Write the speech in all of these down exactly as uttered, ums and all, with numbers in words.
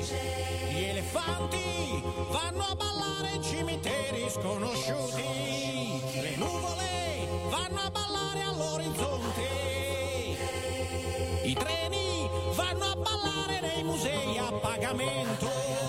Gli elefanti vanno a ballare in cimiteri sconosciuti. Le nuvole vanno a ballare all'orizzonte. I treni vanno a ballare nei musei a pagamento.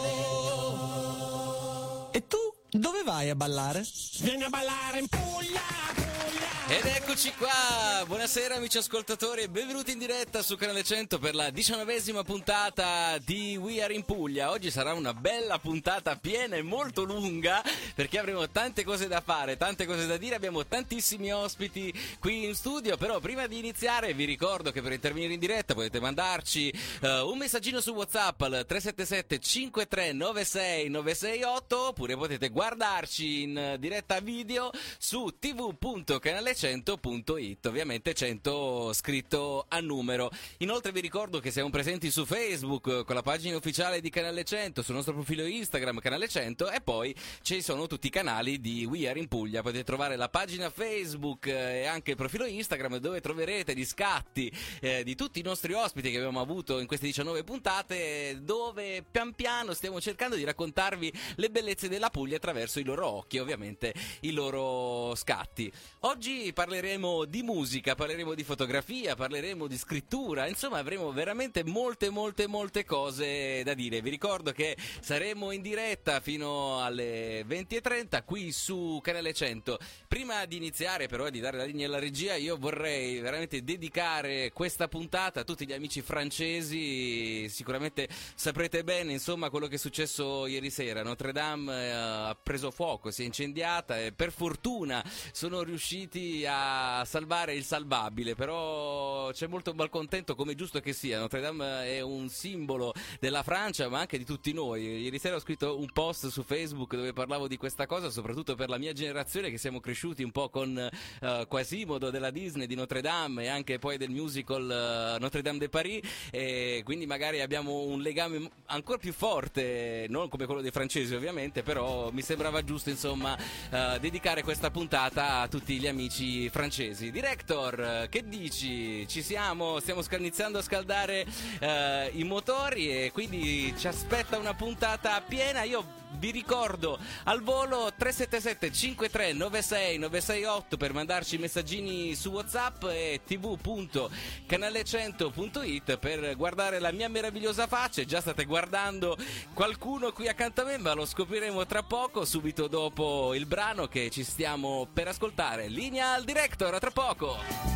E tu dove vai a ballare? Vieni a ballare in Puglia, Puglia. Ed eccoci qua, buonasera amici ascoltatori e benvenuti in diretta su Canale cento per la diciannovesima puntata di We Are in Puglia. Oggi sarà una bella puntata piena e molto lunga perché avremo tante cose da fare, tante cose da dire, abbiamo tantissimi ospiti qui in studio, però prima di iniziare vi ricordo che per intervenire in diretta potete mandarci uh, un messaggino su WhatsApp al tre sette sette cinque tre nove sei nove sei otto oppure potete guardarci in diretta video su t v punto canale cento punto it, ovviamente cento scritto a numero. Inoltre vi ricordo che siamo presenti su Facebook con la pagina ufficiale di Canale cento, sul nostro profilo Instagram Canale cento e poi ci sono tutti i canali di We Are in Puglia. Potete trovare la pagina Facebook e anche il profilo Instagram dove troverete gli scatti eh, di tutti i nostri ospiti che abbiamo avuto in queste diciannove puntate, dove pian piano stiamo cercando di raccontarvi le bellezze della Puglia attraverso i loro occhi, ovviamente i loro scatti. Oggi parleremo di musica, parleremo di fotografia, parleremo di scrittura, insomma avremo veramente molte molte molte cose da dire. Vi ricordo che saremo in diretta fino alle venti e trenta qui su Canale cento. Prima di iniziare però e di dare la linea alla regia, io vorrei veramente dedicare questa puntata a tutti gli amici francesi. Sicuramente saprete bene insomma quello che è successo ieri sera. Notre Dame ha preso fuoco, si è incendiata e per fortuna sono riusciti a salvare il salvabile, però c'è molto malcontento, come giusto che sia. Notre Dame è un simbolo della Francia ma anche di tutti noi. Ieri sera ho scritto un post su Facebook dove parlavo di questa cosa, soprattutto per la mia generazione che siamo cresciuti un po' con uh, Quasimodo della Disney, di Notre Dame e anche poi del musical uh, Notre Dame de Paris, e quindi magari abbiamo un legame ancora più forte, non come quello dei francesi ovviamente, però mi sembrava giusto insomma uh, dedicare questa puntata a tutti gli amici francesi. Director, che dici? Ci siamo? Stiamo iniziando a scaldare uh, i motori e quindi ci aspetta una puntata piena. Io vi ricordo al volo tre sette sette cinque tre nove sei nove sei otto per mandarci messaggini su WhatsApp e t v punto canale cento punto it per guardare la mia meravigliosa faccia. Già state guardando qualcuno qui accanto a me, ma lo scopriremo tra poco, subito dopo il brano che ci stiamo per ascoltare. Linea al Director, a tra poco.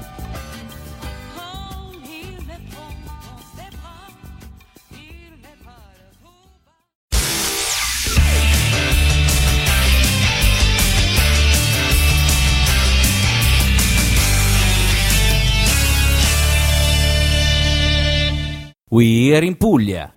We Are in Puglia.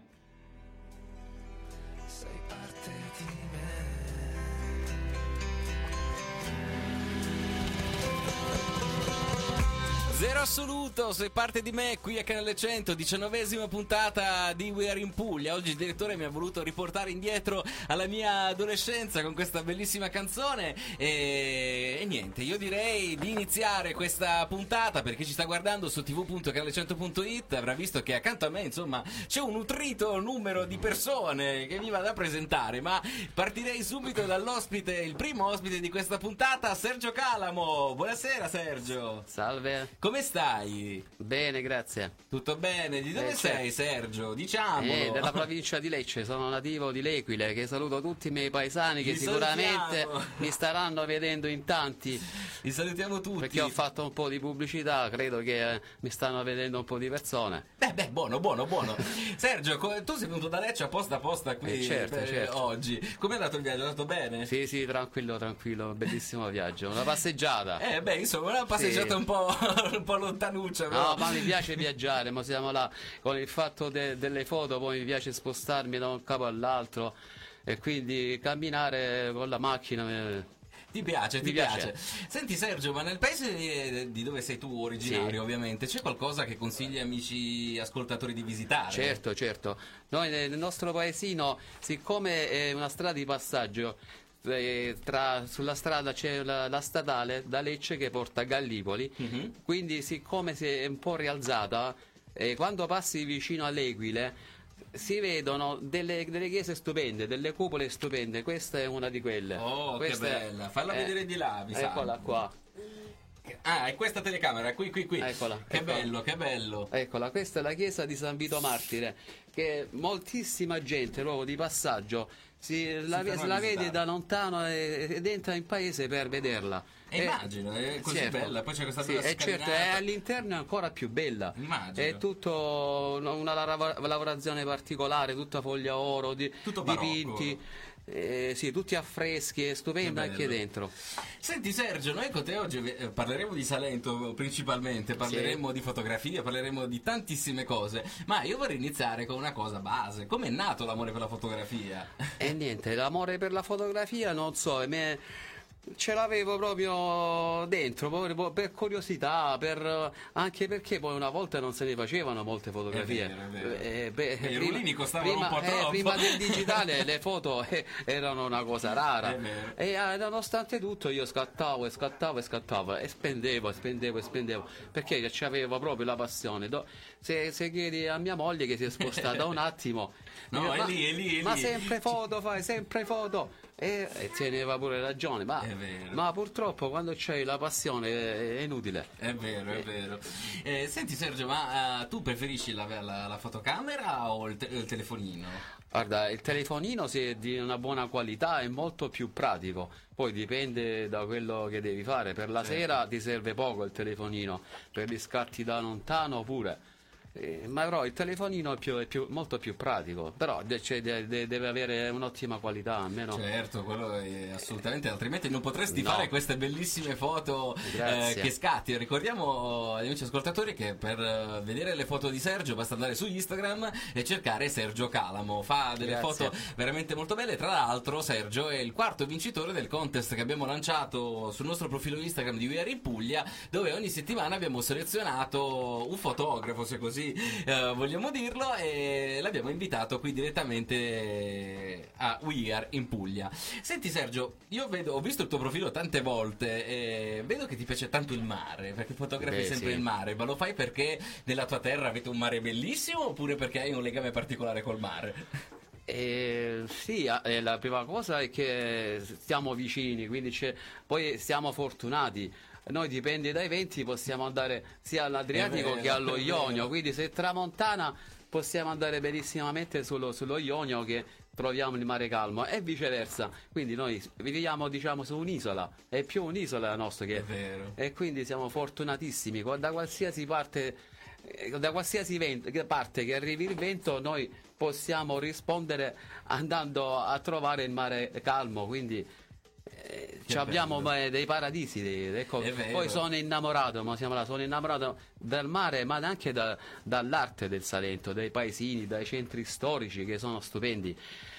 Zero assoluto, sei parte di me qui a Canale cento, diciannovesima puntata di We Are in Puglia. Oggi il direttore mi ha voluto riportare indietro alla mia adolescenza con questa bellissima canzone e, e niente, io direi di iniziare questa puntata. Per chi ci sta guardando su t v punto canale cento punto it avrà visto che accanto a me insomma c'è un nutrito numero di persone che vi vado a presentare, ma partirei subito dall'ospite, il primo ospite di questa puntata, Sergio Calamo. Buonasera Sergio. Salve. Come stai? Bene, grazie. Tutto bene? Di dove Eh, sei, Sergio? Diciamolo. Eh, della provincia di Lecce, sono nativo di L'Equile, che saluto tutti i miei paesani che Li sicuramente salutiamo. mi staranno vedendo in tanti, Li salutiamo tutti. perché ho fatto un po' di pubblicità, credo che eh, mi stanno vedendo un po' di persone. Beh, beh, buono, buono, buono. Sergio, co- tu sei venuto da Lecce apposta apposta qui Eh, certo, per certo. oggi. Com'è andato il viaggio? È andato bene? Sì, sì, tranquillo, tranquillo, bellissimo viaggio, una passeggiata. Eh, beh, insomma, una passeggiata Sì. un po', un po' lontanuccia. No, però. ma mi piace viaggiare, ma siamo là con il fatto de- delle foto, poi mi piace spostarmi da un capo all'altro e quindi camminare con la macchina. eh, Ti piace, ti Mi piace. piace. Senti Sergio, ma nel paese di, di dove sei tu originario, Sì. ovviamente, c'è qualcosa che consigli agli amici ascoltatori di visitare? Certo, certo. Noi nel nostro paesino, siccome è una strada di passaggio, eh, tra- sulla strada c'è la, la statale da Lecce che porta a Gallipoli, Mhm. quindi siccome si è un po' rialzata, eh, quando passi vicino all'Equile si vedono delle, delle chiese stupende, delle cupole stupende. Questa è una di quelle. Oh, Questa che è- bella. Falla eh, vedere di là, mi sa. Eccola qua. Ah, è questa telecamera, qui, qui, qui. Eccola, Che eccola. bello, che bello. Eccola, questa è la chiesa di San Vito Martire, che moltissima gente proprio di passaggio si, la, ferma a la vede visitare. da lontano e- ed entra in paese per vederla. E immagino, è così certo. bella, poi c'è questa Sì, bella e certo, scalinata. è all'interno è ancora più bella. Immagino. È tutto una una lava- lavorazione particolare, tutta foglia oro, di, Tutto barocco. dipinti. Eh, sì, tutti affreschi, è stupendo Che anche bello. dentro. Senti Sergio, noi con te oggi eh, parleremo di Salento principalmente, parleremo di fotografia, parleremo di tantissime cose, ma io vorrei iniziare con una cosa base. Come è nato l'amore per la fotografia? E niente, l'amore per la fotografia, non so, me- ce l'avevo proprio dentro, proprio per curiosità, per, anche perché poi una volta non se ne facevano molte fotografie. È vero, è vero. Eh, beh, E i rullini costavano prima, un po' eh, troppo. prima del digitale le foto eh, erano una cosa rara. È vero. E eh, nonostante tutto io scattavo e scattavo e scattavo e spendevo e spendevo e spendevo perché c'avevo proprio la passione. Do- se, se chiedi a mia moglie che si è spostata un attimo, No, dico, è ma, lì, è lì, è ma lì." sempre foto fai, sempre foto. E, e teneva pure ragione, ma, È vero. ma purtroppo quando c'hai la passione è, è inutile. È vero, è vero. Eh, senti Sergio, ma eh, tu preferisci la, la- la fotocamera o il, te- il telefonino? Guarda, il telefonino se è di una buona qualità è molto più pratico, poi dipende da quello che devi fare. Per la Certo. sera ti serve poco il telefonino, per gli scatti da lontano pure. Eh, ma però il telefonino è, più, è più- molto più pratico, però de- cioè, de- de- deve avere un'ottima qualità almeno. Certo, quello è assolutamente, altrimenti non potresti No. fare queste bellissime foto eh, Grazie. che scatti. Ricordiamo agli amici ascoltatori che per eh, vedere le foto di Sergio basta andare su Instagram e cercare Sergio Calamo. Fa delle Grazie. foto veramente molto belle. Tra l'altro Sergio è il quarto vincitore del contest che abbiamo lanciato sul nostro profilo Instagram di We Are in Puglia, dove ogni settimana abbiamo selezionato un fotografo, se così eh, vogliamo dirlo, e l'abbiamo invitato qui direttamente a We Are in Puglia. Senti Sergio, io vedo, ho visto il tuo profilo tante volte e vedo che ti piace tanto il mare, perché fotografi Beh, sempre sì. il mare, ma lo fai perché nella tua terra avete un mare bellissimo oppure perché hai un legame particolare col mare? Eh, sì, eh, la prima cosa è che stiamo vicini, quindi c'è- poi siamo fortunati. Noi dipende dai venti, possiamo andare sia all'Adriatico È vero, che allo è Ionio, vero. quindi se tramontana possiamo andare benissimamente sullo, sullo Ionio che troviamo il mare calmo e viceversa. Quindi noi viviamo diciamo su un'isola, è più un'isola la nostra che È vero. e quindi siamo fortunatissimi. Da qualsiasi parte eh, da qualsiasi vento- che parte che arrivi il vento noi possiamo rispondere andando a trovare il mare calmo, quindi eh, ci abbiamo bello. eh, dei paradisi dei- ecco. È vero. Poi sono innamorato, ma siamo là, sono innamorato del mare ma anche da- dall'arte del Salento, dai paesini, dai centri storici che sono stupendi.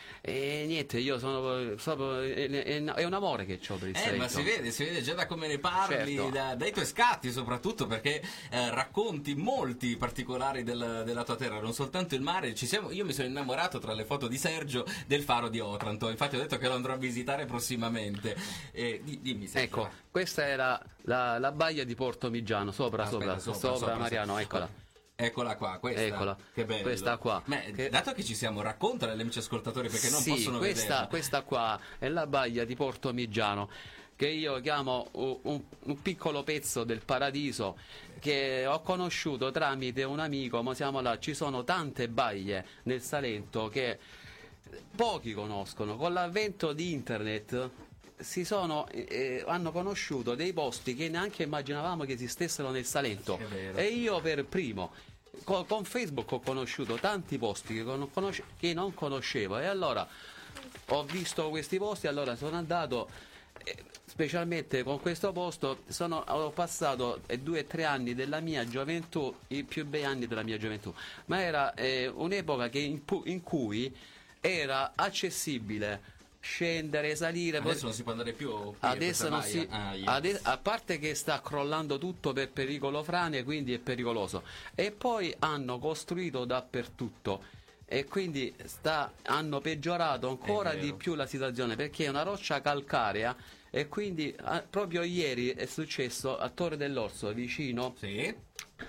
E niente, io sono proprio è, è- è un amore che ho per il Eh, Salento. ma si vede, si vede già da come ne parli, Certo. da- dai tuoi scatti soprattutto, perché eh, racconti molti particolari del- della tua terra, non soltanto il mare. Ci siamo, io mi sono innamorato tra le foto di Sergio del faro di Otranto, infatti ho detto che lo andrò a visitare prossimamente. Eh, di- dimmi Sergio. Ecco, questa era la, la baia di Porto Migiano, sopra, Aspetta, sopra, sopra, sopra, Mariano, sopra. eccola. Eccola qua, questa. Eccola, Che bello. questa qua. Ma, Che- dato che ci siamo, raccontala agli amici ascoltatori perché non sì, possono questa, vederla. questa qua è la baia di Porto Migiano, che io chiamo un, un- un piccolo pezzo del paradiso che ho conosciuto tramite un amico, ma siamo là, ci sono tante baie nel Salento che pochi conoscono. Con l'avvento di internet si sono, eh, hanno conosciuto dei posti che neanche immaginavamo che esistessero nel Salento. È vero. E io per primo co- con Facebook ho conosciuto tanti posti che, non conosce- che non conoscevo e allora ho visto questi posti, allora sono andato eh, specialmente con questo posto sono, ho passato eh, due o tre anni della mia gioventù, i più bei anni della mia gioventù, ma era eh, un'epoca che in, pu- in cui era accessibile scendere, salire. Adesso non si può andare più qui a Adesso questa non baia. si, Ah, yes. ade- a parte che sta crollando tutto per pericolo frane, quindi è pericoloso. E poi hanno costruito dappertutto e quindi sta- hanno peggiorato ancora È vero. di più la situazione perché è una roccia calcarea e quindi ah, proprio ieri è successo a Torre dell'Orso vicino Sì.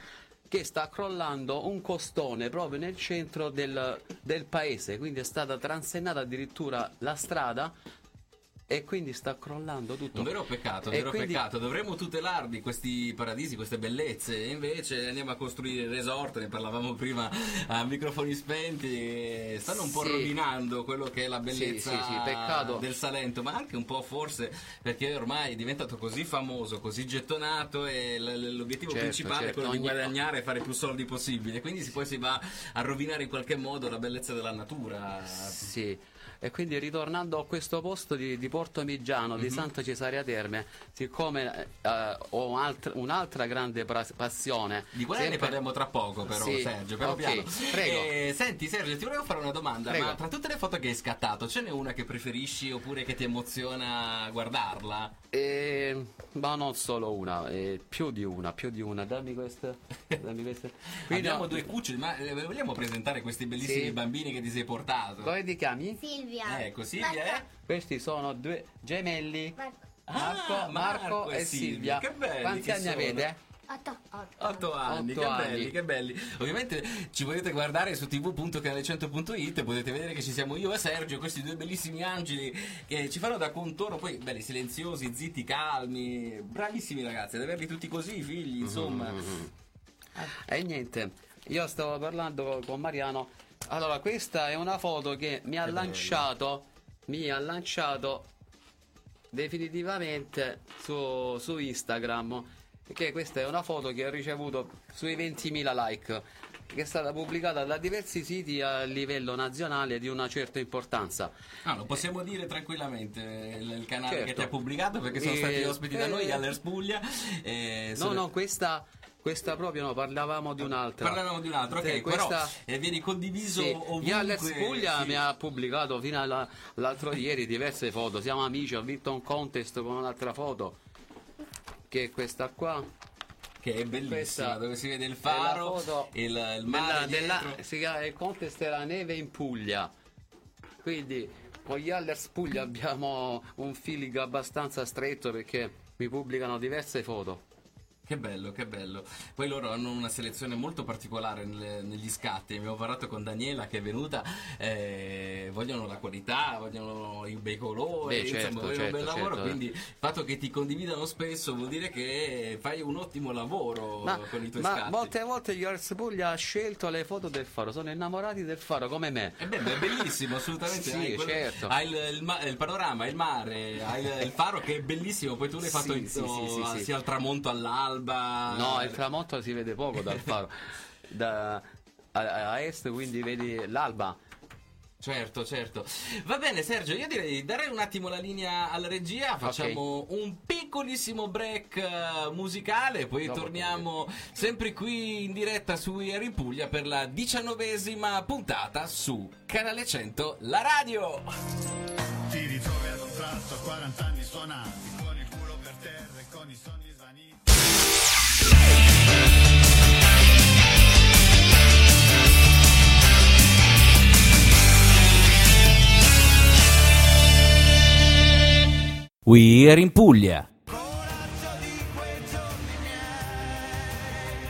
che sta crollando un costone proprio nel centro del, del paese, quindi è stata transennata addirittura la strada e quindi sta crollando tutto. Un vero peccato, un E vero quindi- peccato. Dovremmo tutelarli questi paradisi, queste bellezze, e invece andiamo a costruire il resort, ne parlavamo prima a microfoni spenti, e stanno un po' Sì. rovinando quello che è la bellezza Sì, sì, sì, peccato. del Salento, ma anche un po' forse perché ormai è diventato così famoso, così gettonato, e l- l'obiettivo Certo, principale è certo, quello di ogni- guadagnare e fare più soldi possibile, quindi si- poi si va a rovinare in qualche modo la bellezza della natura. Sì, e quindi ritornando a questo posto di, di Porto Migiano, di Santa Cesarea Terme, siccome eh, ho un'altra, un'altra grande pra- passione, Di quella ne sempre- parliamo tra poco, però, Sì, Sergio, piano ok, piano. prego. Eh, senti, Sergio, ti volevo fare una domanda. Prego. Ma tra tutte le foto che hai scattato, ce n'è una che preferisci oppure che ti emoziona guardarla? Eh, ma non solo una, eh, più di una, più di una. Dammi questa. Dammi questa. Quindi Abbiamo ho- due cuccioli, ma eh, vogliamo presentare questi bellissimi Sì. bambini che ti sei portato? Come ti chiami? Silvia. Ecco, Silvia, eh? Questi sono due gemelli. Marco. Marco, Ah, Marco e Silvia. Che belli Quanti che anni sono. avete? Otto. Otto. Otto anni, Otto che anni. belli, che belli. Ovviamente ci potete guardare su tivù punto canale cento punto it, potete vedere che ci siamo io e Sergio, questi due bellissimi angeli che ci fanno da contorno, poi belli, silenziosi, zitti, calmi, bravissimi ragazzi, ad averli tutti così, i figli, insomma. E niente, io stavo parlando con Mariano. Allora, questa è una foto che mi ha Che lanciato, mi ha lanciato definitivamente su, su Instagram. Che questa è una foto che ho ricevuto sui ventimila like, che è stata pubblicata da diversi siti a livello nazionale di una certa importanza. Ah, lo possiamo dire tranquillamente, il, il canale Certo. che ti ha pubblicato, perché sono Eh, stati ospiti da noi, eh, Galler Spuglia. E No, sono- no, questa, questa proprio no, parlavamo di un'altra. Parlavamo di un altro, ok, Sì, però questa- eh, vieni condiviso Sì, ovunque. Galler Spuglia sì. mi ha pubblicato fino alla- all'altro ieri diverse foto. Siamo amici, ho vinto un contest con un'altra foto, che è questa qua. Che è bellissima, Questa dove si vede il è faro, la foto il, il mare della- dietro. della- si chiama- il contest era Neve in Puglia. Quindi con gli Allers Puglia abbiamo un feeling abbastanza stretto, perché mi pubblicano diverse foto. Che bello, che bello. Poi loro hanno una selezione molto particolare nelle- negli scatti. Abbiamo parlato con Daniela che è venuta, eh, vogliono la qualità, vogliono i bei colori, Beh, insomma, certo, vogliono un certo, bel lavoro, certo. quindi il fatto che ti condividano spesso vuol dire che fai un ottimo lavoro Ma, con i tuoi ma scatti. molte volte gli Allers Puglia ha scelto le foto del faro, sono innamorati del faro come me. E beh, ma è bellissimo, assolutamente. Sì, hai, quello- certo. hai il, il ma- il panorama, il mare, hai il, il faro che è bellissimo. Poi tu l'hai Sì, fatto in- sì, sì, sì, oh, sì. sia al tramonto all'alba. No, il tramonto si vede poco dal faro. Da, a, a est quindi vedi l'alba. Certo, certo. Va bene, Sergio, io direi di dare un attimo la linea alla regia, facciamo un piccolissimo break eh, musicale, poi Dopo torniamo sempre qui in diretta su We Are in Puglia per la diciannovesima puntata su Canale cento, la radio. Ti ritrovi ad un tratto a quaranta anni suonati, con il culo per terra e con i sogni svaniti. We Are in Puglia. Coraggio di quei giorni miei,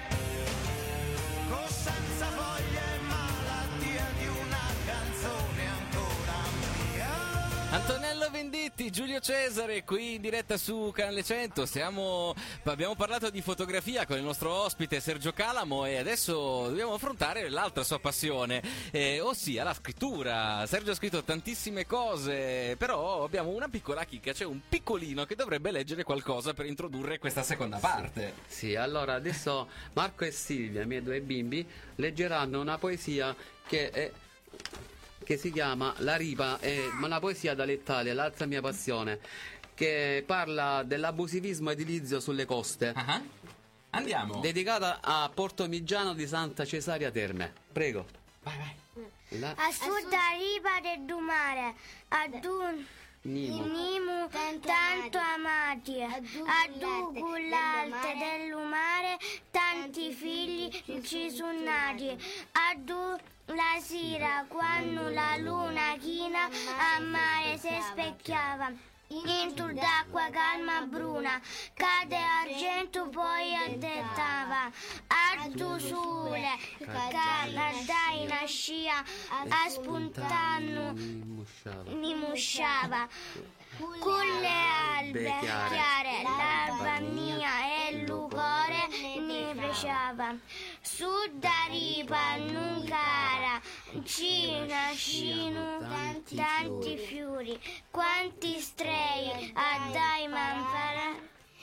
coscienza, voglia e malattia di una canzone ancora mia. Antonello Venditti, Giulio Cesare, qui in diretta su Canale cento. Stiamo, abbiamo parlato di fotografia con il nostro ospite Sergio Calamo e adesso dobbiamo affrontare l'altra sua passione, eh, ossia la scrittura. Sergio ha scritto tantissime cose, però abbiamo una piccola chicca, c'è un piccolino che dovrebbe leggere qualcosa per introdurre questa seconda parte. Sì, allora adesso Marco e Silvia, i miei due bimbi, leggeranno una poesia che è che si chiama La ripa, è una poesia dialettale, l'altra mia passione, che parla dell'abusivismo edilizio sulle coste, Ah, andiamo. dedicata a Porto Migiano di Santa Cesarea Terme. Prego. Vai, vai. La A sud da riva del mare, ad un Nimo. Nimu tanto amati, ad un l'arte dell'umare, tanti figli ci sono nati, ad un la sera quando la luna china a mare si specchiava, Intul d'acqua calma bruna, cade argento poi addettava, artu sule, cala dai nascia, a spuntanno ni musciava, con le albe chiare, l'alba mia e l'ugore ne bresciava, su da ripa non cara, ci nascino tanti fiori, quanti strei a dai manfara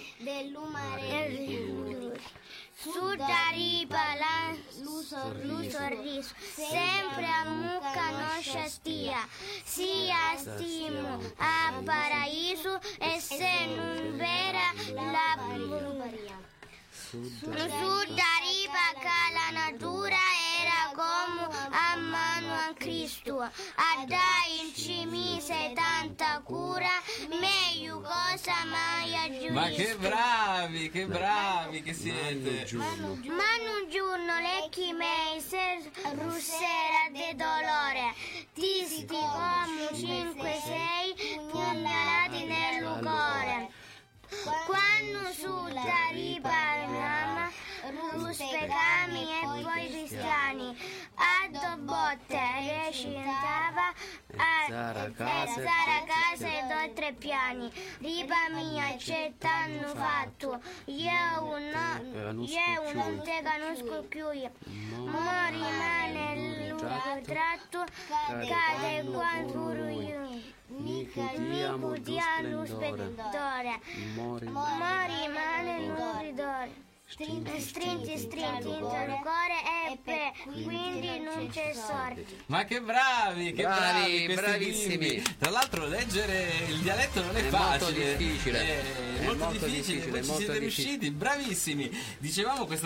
dell'umare. Su da ripa la lu sorriso, sempre a mucca non stia, sia stimo a paraiso e se non vera la brumaria. Su da ripa che la natura era come a mano a Cristo, a dai in ci mise tanta cura, meglio cosa mai aggiunto. Ma che bravi, che bravi che siete. Ma un giorno lecchi mei se russera de dolore, ti sti come cinque sei pugnalati nel cuore. Quando su da ripa mamma, ruspecami e poi cristiani, a do botte recitava a zara casa e do tre piani, ripa mia c'è t'hanno fatto, io no, io non te conosco più, ma rimane il tratto, cade quanto io. Nicotiamo lo splendore, mori rimane l'uridore. Stringi, stringi, stringi in il cuore e pe, quindi non c'è sorte. Ma che bravi, che bravi, Bravi, questi bravissimi. bimbi. Tra l'altro leggere il dialetto non è, È facile. molto difficile. È, È molto, molto difficile, difficile, voi è ci molto siete difficile. riusciti, bravissimi. Dicevamo questa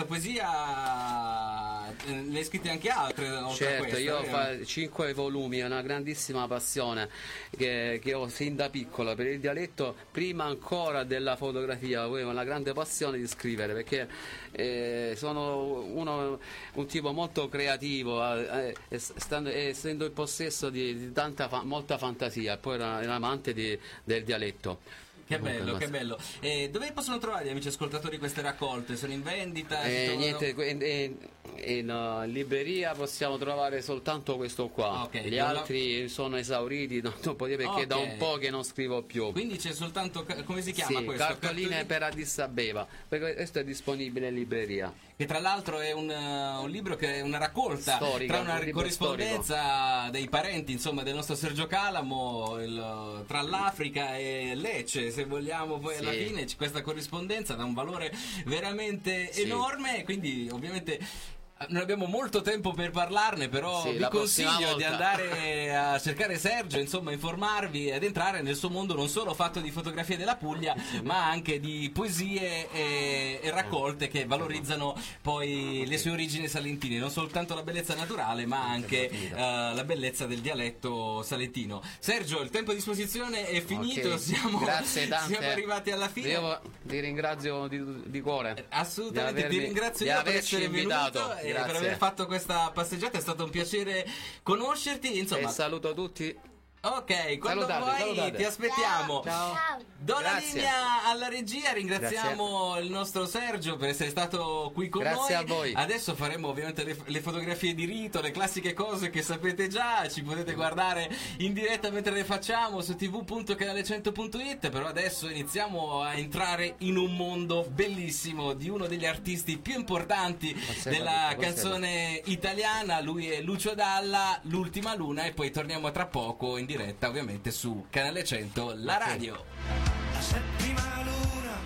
poesia eh, ne hai scritte anche altre oltre a Certo, questa, io ho vero? fa- cinque volumi, è una grandissima passione che, che ho sin da piccolo per il dialetto, prima ancora della fotografia, avevo una grande passione di scrivere perché eh, sono uno, un tipo molto creativo, eh, eh, stando- essendo in possesso di, di tanta fa- molta fantasia, e poi era un amante di- del dialetto. Che bello, Comunque, che bello. E dove possono trovare gli amici ascoltatori queste raccolte? Sono in vendita? Si Eh, trovano- niente, que- in, in, uh, libreria possiamo trovare soltanto questo qua. Ok, Gli io la- altri sono esauriti, non, non potevo perché Ok. da un po' che non scrivo più. Quindi c'è soltanto, ca- come si chiama Sì, questo? cartoline per Addis Abeba, perché questo è disponibile in libreria. Che tra l'altro è un, uh, un libro che è una raccolta Storica, tra una un libro corrispondenza dei parenti, insomma, del nostro Sergio Calamo, il- tra l'Africa e Lecce, se vogliamo, poi Sì. alla fine c'è questa corrispondenza da un valore veramente Sì. enorme, quindi ovviamente non abbiamo molto tempo per parlarne, però Sì, vi la prossima consiglio di volta. andare a cercare Sergio, insomma, informarvi ed entrare nel suo mondo non solo fatto di fotografie della Puglia, ma anche di poesie e, e raccolte che valorizzano poi le sue origini salentine, non soltanto la bellezza naturale, ma anche eh, la bellezza del dialetto salentino. Sergio, il tempo a disposizione è finito, Ok, siamo, grazie tante. siamo arrivati alla fine. Io ti ringrazio di, di cuore. Assolutamente, di avermi- ti ringrazio di io per averci essere invitato. venuto e per Grazie. aver fatto questa passeggiata, è stato un piacere conoscerti, insomma. E saluto tutti. Ok, quando Salutate, vuoi salutate. ti aspettiamo. Ciao. Do la Grazie. linea alla regia, ringraziamo il nostro Sergio per essere stato qui con Grazie noi. a voi. Adesso faremo ovviamente le, le fotografie di rito, le classiche cose che sapete già, ci potete guardare in diretta mentre le facciamo su t v punto canale cento punto it, però adesso iniziamo a entrare in un mondo bellissimo di uno degli artisti più importanti Conserva della tutto, canzone italiana, lui è Lucio Dalla, L'ultima luna, e poi torniamo tra poco in diretta ovviamente su Canale cento, la radio. La settima luna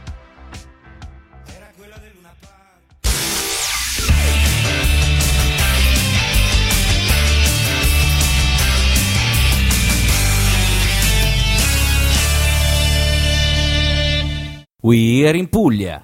era quella del Luna Park. We are in Puglia.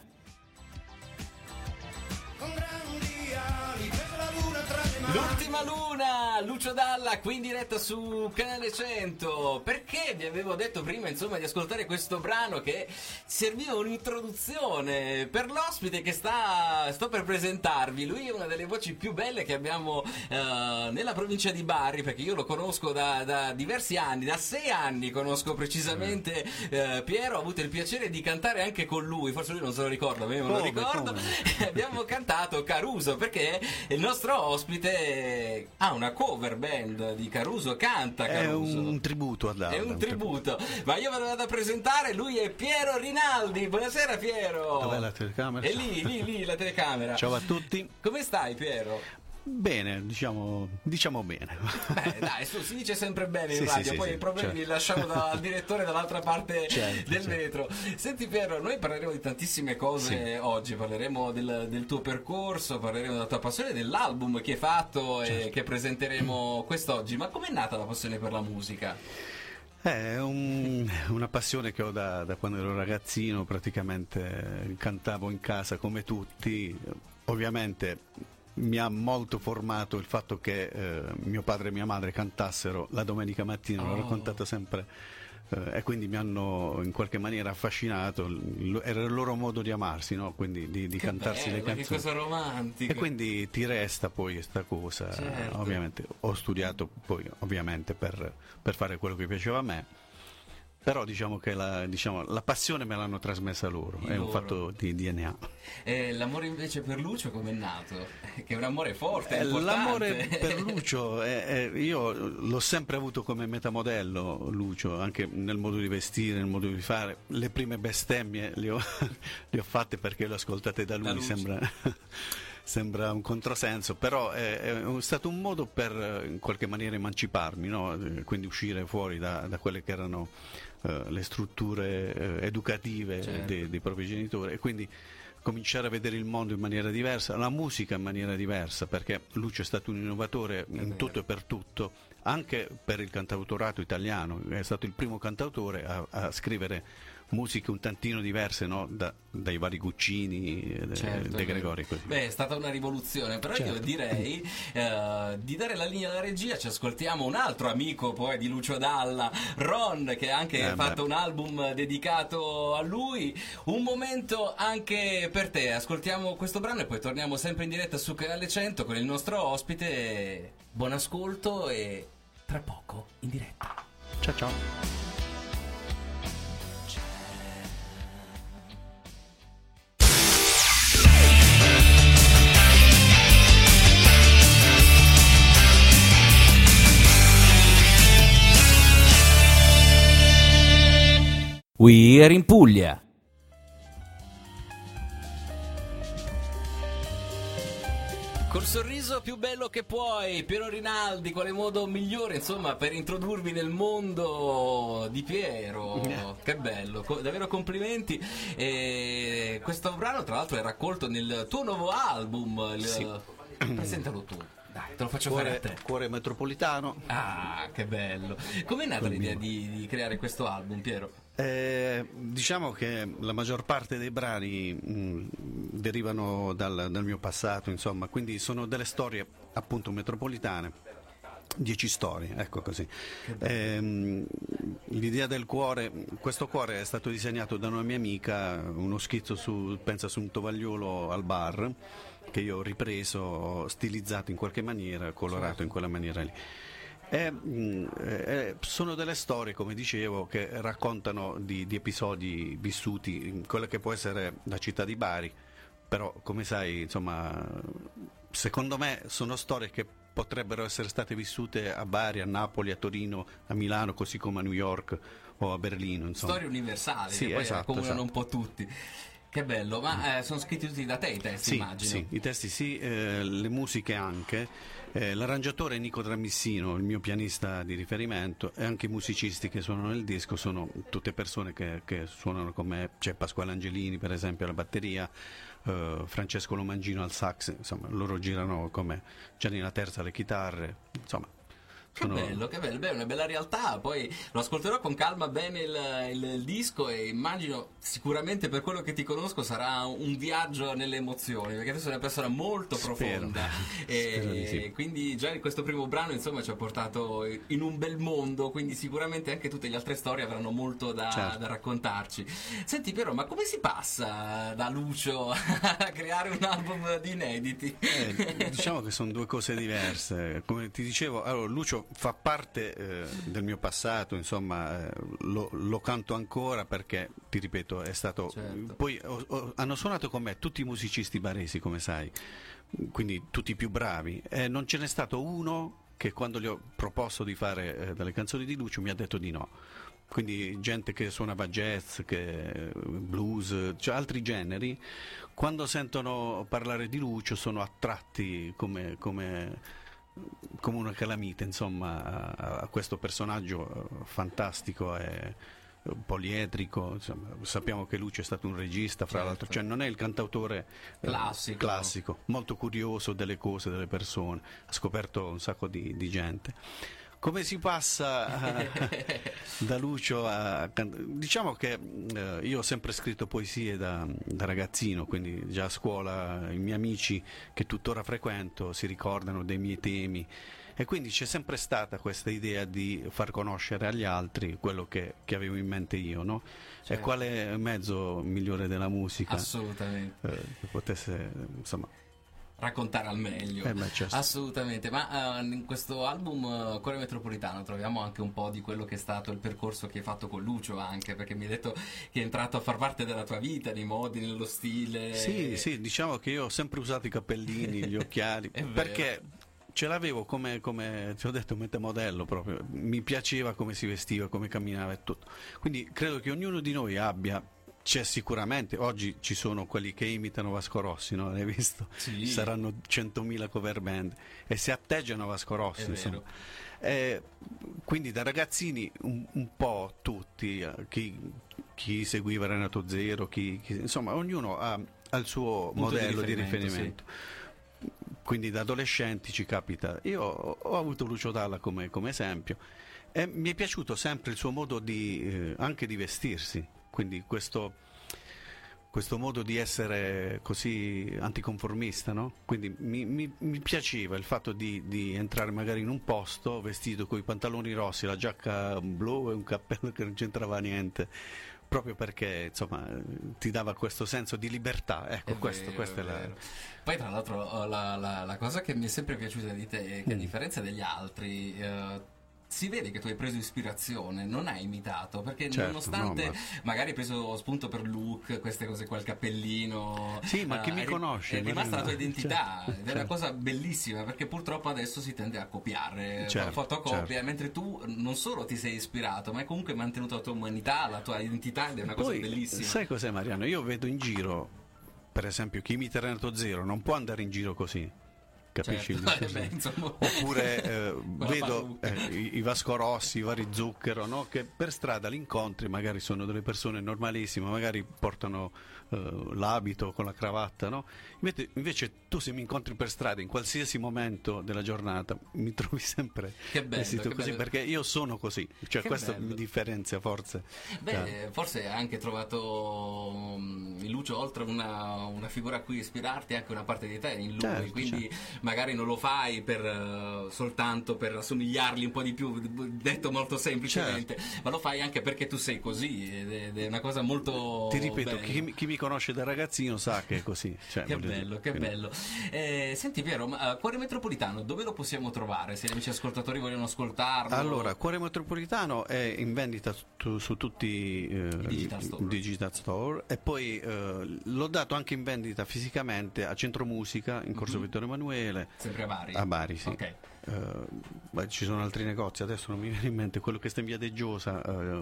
Con grandi ali prese la luna tra le mani. L'ultima luna, Lucio Dalla qui in diretta su Canale cento. Perché vi avevo detto prima, insomma, di ascoltare questo brano che serviva un'introduzione per l'ospite che sta sto per presentarvi. Lui è una delle voci più belle che abbiamo eh, nella provincia di Bari, perché io lo conosco da, da diversi anni, da sei anni conosco precisamente eh, Piero. Ho avuto il piacere di cantare anche con lui, forse lui non se lo ricorda, ma io me lo Come, ricordo. come? Abbiamo cantato Caruso, perché il nostro ospite ha una cover band di Caruso, canta È Caruso. un tributo a Dalla. È un tributo, ma io ve lo vado a presentare. Lui è Piero Rinaldi. Buonasera Piero. Dov'è la telecamera? È lì, lì, lì la telecamera. Ciao a tutti. Come stai Piero? Bene, diciamo, diciamo bene. Beh dai, su, si dice sempre bene in Sì, radio, sì, poi sì, i problemi certo. li lasciamo da- al direttore dall'altra parte Certo, del certo. vetro. Senti Piero, noi parleremo di tantissime cose Sì. oggi, parleremo del, del tuo percorso, parleremo della tua passione, dell'album che hai fatto Certo. e che presenteremo quest'oggi. Ma com'è nata la passione per la musica? È un- una passione che ho da, da quando ero ragazzino, praticamente cantavo in casa come tutti. Ovviamente mi ha molto formato il fatto che eh, mio padre e mia madre cantassero la domenica mattina, l'ho Oh. raccontato sempre, eh, e quindi mi hanno in qualche maniera affascinato. L- era il loro modo di amarsi, no? Quindi di, di Che cantarsi bello, le che canzoni. cosa romantica. E quindi ti resta poi questa cosa. Certo. Ovviamente ho studiato poi ovviamente per, per fare quello che piaceva a me, però diciamo che la, diciamo, la passione me l'hanno trasmessa loro, I è un loro. fatto di D N A. Eh, l'amore invece per Lucio com'è nato? Che è un amore forte, Eh, importante. L'amore per Lucio, è- è- io l'ho sempre avuto come metamodello, Lucio, anche nel modo di vestire, nel modo di fare. Le prime bestemmie le ho, le ho fatte perché le ho ascoltate da lui, Da Lucio. sembra, sembra un controsenso, però è, è stato un modo per eh, in qualche maniera emanciparmi, no? Eh, quindi uscire fuori da, da quelle che erano eh, le strutture eh, educative Certo. dei, dei propri genitori, e quindi cominciare a vedere il mondo in maniera diversa, la musica in maniera diversa, perché Lucio è stato un innovatore in vero. tutto e per tutto, anche per il cantautorato italiano. È stato il primo cantautore a, a scrivere musiche un tantino diverse, no? Da- dai vari Guccini, eh, Certo, De è vero. Gregori, così. Beh, è stata una rivoluzione, però io Certo. direi eh, di dare la linea alla regia. Ci ascoltiamo un altro amico poi di Lucio Dalla, Ron, che ha anche Eh, fatto beh. un album dedicato a lui. Un momento anche per te. Ascoltiamo questo brano e poi torniamo sempre in diretta su Canale cento con il nostro ospite. Buon ascolto e tra poco in diretta. Ciao ciao. We are in Puglia. Col sorriso più bello che puoi, Piero Rinaldi, quale modo migliore, insomma, per introdurvi nel mondo di Piero. Che bello, co- davvero complimenti. E questo brano, tra l'altro, è raccolto nel tuo nuovo album. Il... Sì. Presentalo tu, dai, te lo faccio fare a Cuore, te. cuore metropolitano. Ah, che bello. Com'è nata l'idea di, di creare questo album, Piero? Eh, diciamo che la maggior parte dei brani mh, derivano dal, dal mio passato, insomma, quindi sono delle storie appunto metropolitane, dieci storie, ecco così. Ehm, l'idea del cuore, questo cuore è stato disegnato da una mia amica, uno schizzo su, pensa su un tovagliolo al bar, che io ho ripreso, ho stilizzato in qualche maniera, colorato in quella maniera lì. E, mh, eh, sono delle storie, come dicevo, che raccontano di, di episodi vissuti in quella che può essere la città di Bari, però come sai, insomma, secondo me sono storie che potrebbero essere state vissute a Bari, a Napoli, a Torino, a Milano, così come a New York o a Berlino, insomma. Storie universali, Sì, che poi esatto, accomunano esatto. un po' tutti. Che bello, ma eh, sono scritti tutti da te i testi, Sì, immagino. sì, i testi sì, eh, le musiche anche. Eh, l'arrangiatore è Nico Tramissino, il mio pianista di riferimento, e anche i musicisti che suonano nel disco sono tutte persone che, che suonano con me. C'è Pasquale Angelini, per esempio, alla batteria, eh, Francesco Lomangino al sax, insomma, loro girano come Gianni La Terza alle chitarre, insomma, Che Sono... bello, che bello, beh, è una bella realtà. Poi lo ascolterò con calma bene il, il, il disco e immagino sicuramente per quello che ti conosco sarà un viaggio nelle emozioni, perché tu sei una persona molto Spero. profonda Spero di e sì. quindi già in questo primo brano insomma ci ha portato in un bel mondo, quindi sicuramente anche tutte le altre storie avranno molto da, Certo. da raccontarci. Senti Piero, ma come si passa da Lucio a creare un album di inediti? Eh, diciamo che sono due cose diverse. Come ti dicevo, allora, Lucio fa parte eh, del mio passato, insomma, eh, lo, lo canto ancora perché, ti ripeto, è stato... Certo. Poi ho- ho- hanno suonato con me tutti i musicisti baresi, come sai, quindi tutti i più bravi. E non ce n'è stato uno che quando gli ho proposto di fare eh, delle canzoni di Lucio mi ha detto di no. Quindi gente che suonava jazz, che blues, cioè altri generi, quando sentono parlare di Lucio sono attratti come, come, come una calamita, insomma, a, a questo personaggio fantastico e poliedrico. Insomma, sappiamo che Lucio è stato un regista, fra Certo. l'altro, cioè non è il cantautore eh, Classico. classico, molto curioso delle cose, delle persone, ha scoperto un sacco di, di gente. Come si passa eh, da Lucio a... Diciamo che eh, io ho sempre scritto poesie da, da ragazzino, quindi già a scuola i miei amici che tuttora frequento si ricordano dei miei temi e quindi c'è sempre stata questa idea di far conoscere agli altri quello che, che avevo in mente io, no? Certo. E quale mezzo migliore della musica Assolutamente. eh, che potesse, insomma... Raccontare al meglio. Eh beh, certo. Assolutamente, ma uh, in questo album uh, Cuore Metropolitano troviamo anche un po' di quello che è stato il percorso che hai fatto con Lucio, anche perché mi hai detto che è entrato a far parte della tua vita, nei modi, nello stile. Sì, sì, diciamo che io ho sempre usato i cappellini, gli occhiali, È vero. perché ce l'avevo come, come ti ho detto, metamodello proprio, mi piaceva come si vestiva, come camminava e tutto. Quindi credo che ognuno di noi abbia, c'è sicuramente, oggi ci sono quelli che imitano Vasco Rossi, no? L'hai visto? Sì. Saranno centomila cover band e si atteggiano a Vasco Rossi, È insomma. vero. Eh, quindi da ragazzini un, un po' tutti, eh, chi, chi seguiva Renato Zero, chi, chi- insomma ognuno ha, ha il suo Punto di modello di riferimento, riferimento. Quindi da adolescenti ci capita. Io ho, ho avuto Lucio Dalla come, come esempio e mi è piaciuto sempre il suo modo di, eh, anche di vestirsi, quindi questo, questo modo di essere così anticonformista, no? Quindi mi, mi- mi piaceva il fatto di, di entrare magari in un posto vestito con i pantaloni rossi, la giacca blu e un cappello che non c'entrava niente, proprio perché insomma ti dava questo senso di libertà. Ecco, È questo, vero, questa è è la... vero. Poi tra l'altro oh, la, la- la cosa che mi è sempre piaciuta di te è che a Mm. differenza degli altri eh, si vede che tu hai preso ispirazione, non hai imitato, perché Certo, nonostante no, ma- magari hai preso spunto per look, queste cose qua, il cappellino, Sì, ma chi mi è ri- conosce, è ma rimasta la tua no, identità certo, ed è una certo. cosa bellissima, perché purtroppo adesso si tende a copiare, Certo, fotocopia, certo. mentre tu non solo ti sei ispirato, ma hai comunque mantenuto la tua umanità, la tua identità ed è una cosa Poi, bellissima. sai cos'è, Mariano? Io vedo in giro, per esempio, chi imita Renato Zero non può andare in giro così, capisci il Certo, discorso? eh beh, insomma. Oppure eh, la vedo parrucca. eh, i, i Vasco Rossi, i vari Zucchero, no? Che per strada li incontri, magari sono delle persone normalissime, magari portano eh, l'abito con la cravatta, no? Invece, invece tu se mi incontri per strada in qualsiasi momento della giornata mi trovi sempre Che bello, vestito che così, bello. perché io sono così, cioè Che questo bello. mi differenzia forse. Beh, forse hai anche trovato mm, in Lucio, oltre una, una figura a cui ispirarti, anche una parte di te in lui, Certo, quindi magari non lo fai per eh, soltanto per assomigliargli un po' di più, detto molto semplicemente, Certo. ma lo fai anche perché tu sei così ed è, ed è una cosa molto Ti ripeto, bella. chi, mi- chi mi conosce da ragazzino sa che è così. Cioè, Che voglio bello, dire, che quindi- bello. Eh, senti Piero, ma, eh, Cuore Metropolitano, dove lo possiamo trovare? Se gli amici ascoltatori vogliono ascoltarlo. Allora, Cuore Metropolitano è in vendita su, su tutti eh, I digital store. digital store e poi eh, l'ho dato anche in vendita fisicamente a Centro Musica in Corso Mhm. Vittorio Emanuele. Sempre a Bari. A Bari, sì. Ok. Eh, beh, ci sono altri negozi, adesso non mi viene in mente quello che sta in via De Giosa, eh,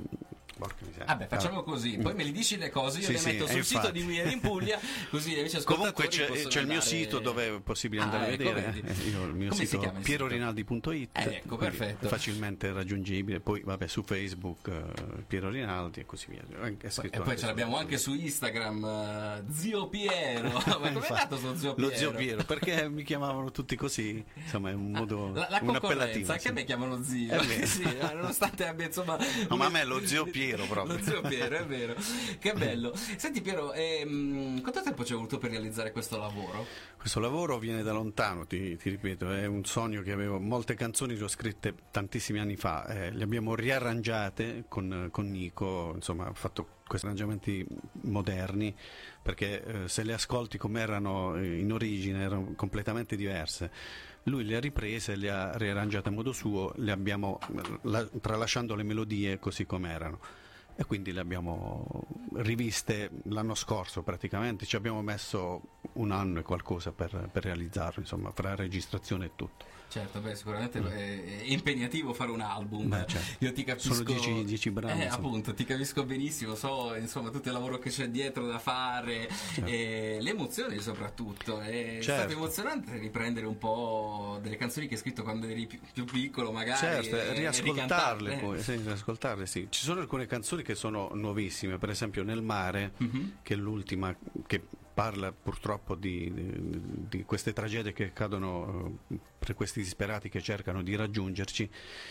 Porca miseria. Vabbè, facciamo così, poi me li dici le cose, io Sì, le sì, metto e sul infatti. sito di We Are in Puglia, così invece ascoltatori Comunque c'è, possono c'è il mio andare- sito dove è possibile andare Ah, a ecco, vedere. vedi. eh, io, il mio Come si sito chiama il piero sito? rinaldi punto it, Eh, ecco, quindi perfetto. è facilmente raggiungibile. Poi vabbè, su Facebook eh, Piero Rinaldi e così via. È E scritto poi ce su- l'abbiamo anche su Instagram, eh, Zio Piero. Ma come è Infatti, nato sto Zio Piero? Lo zio Piero, perché mi chiamavano tutti così, insomma è un modo, La, la un appellativo. concorrenza, anche a sì. me chiamano zio. È vero. Sì, eh, nonostante abbia insomma. No, ma a me è lo zio Piero proprio. Lo zio Piero, è vero. Che bello. Senti Piero, ehm, quanto tempo ci è voluto per realizzare questo lavoro? Questo lavoro viene da lontano, ti, ti ripeto, è un sogno che avevo. Molte canzoni le ho scritte tantissimi anni fa, eh, le abbiamo riarrangiate con, con Nico, insomma ho fatto questi arrangiamenti moderni perché eh, se le ascolti come erano in origine erano completamente diverse. Lui le ha riprese, le ha riarrangiate a modo suo, le abbiamo la, tralasciando le melodie così come erano. E quindi le abbiamo riviste l'anno scorso praticamente, ci abbiamo messo un anno e qualcosa per, per realizzarlo, insomma, fra registrazione e tutto. Certo, beh, sicuramente è impegnativo fare un album. Beh, certo. Io ti capisco. Sono dieci, dieci brani. Eh, insomma. appunto, ti capisco benissimo. So, insomma, tutto il lavoro che c'è dietro da fare, Certo. e le emozioni soprattutto. È Certo. stato emozionante riprendere un po' delle canzoni che hai scritto quando eri più, più piccolo, magari. Certo, e, riascoltarle e poi, sì, riascoltarle, sì. Ci sono alcune canzoni che sono nuovissime, per esempio Nel mare, Mhm. che è l'ultima, che parla purtroppo di, di, di queste tragedie che accadono eh, per questi disperati che cercano di raggiungerci,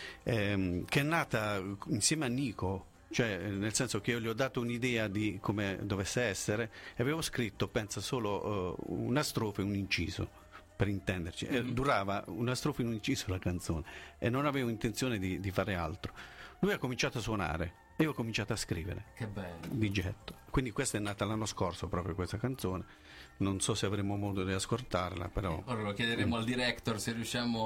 ehm, che è nata insieme a Nico. Cioè, nel senso che io gli ho dato un'idea di come dovesse essere e avevo scritto, pensa, solo eh, una strofa e un inciso, per intenderci. E durava una strofa e un inciso la canzone e non avevo intenzione di, di fare altro. Lui ha cominciato a suonare e io ho cominciato a scrivere Che bello. di getto. Quindi questa è nata l'anno scorso, proprio questa canzone. Non so se avremo modo di ascoltarla, però Ora lo chiederemo al director se riusciamo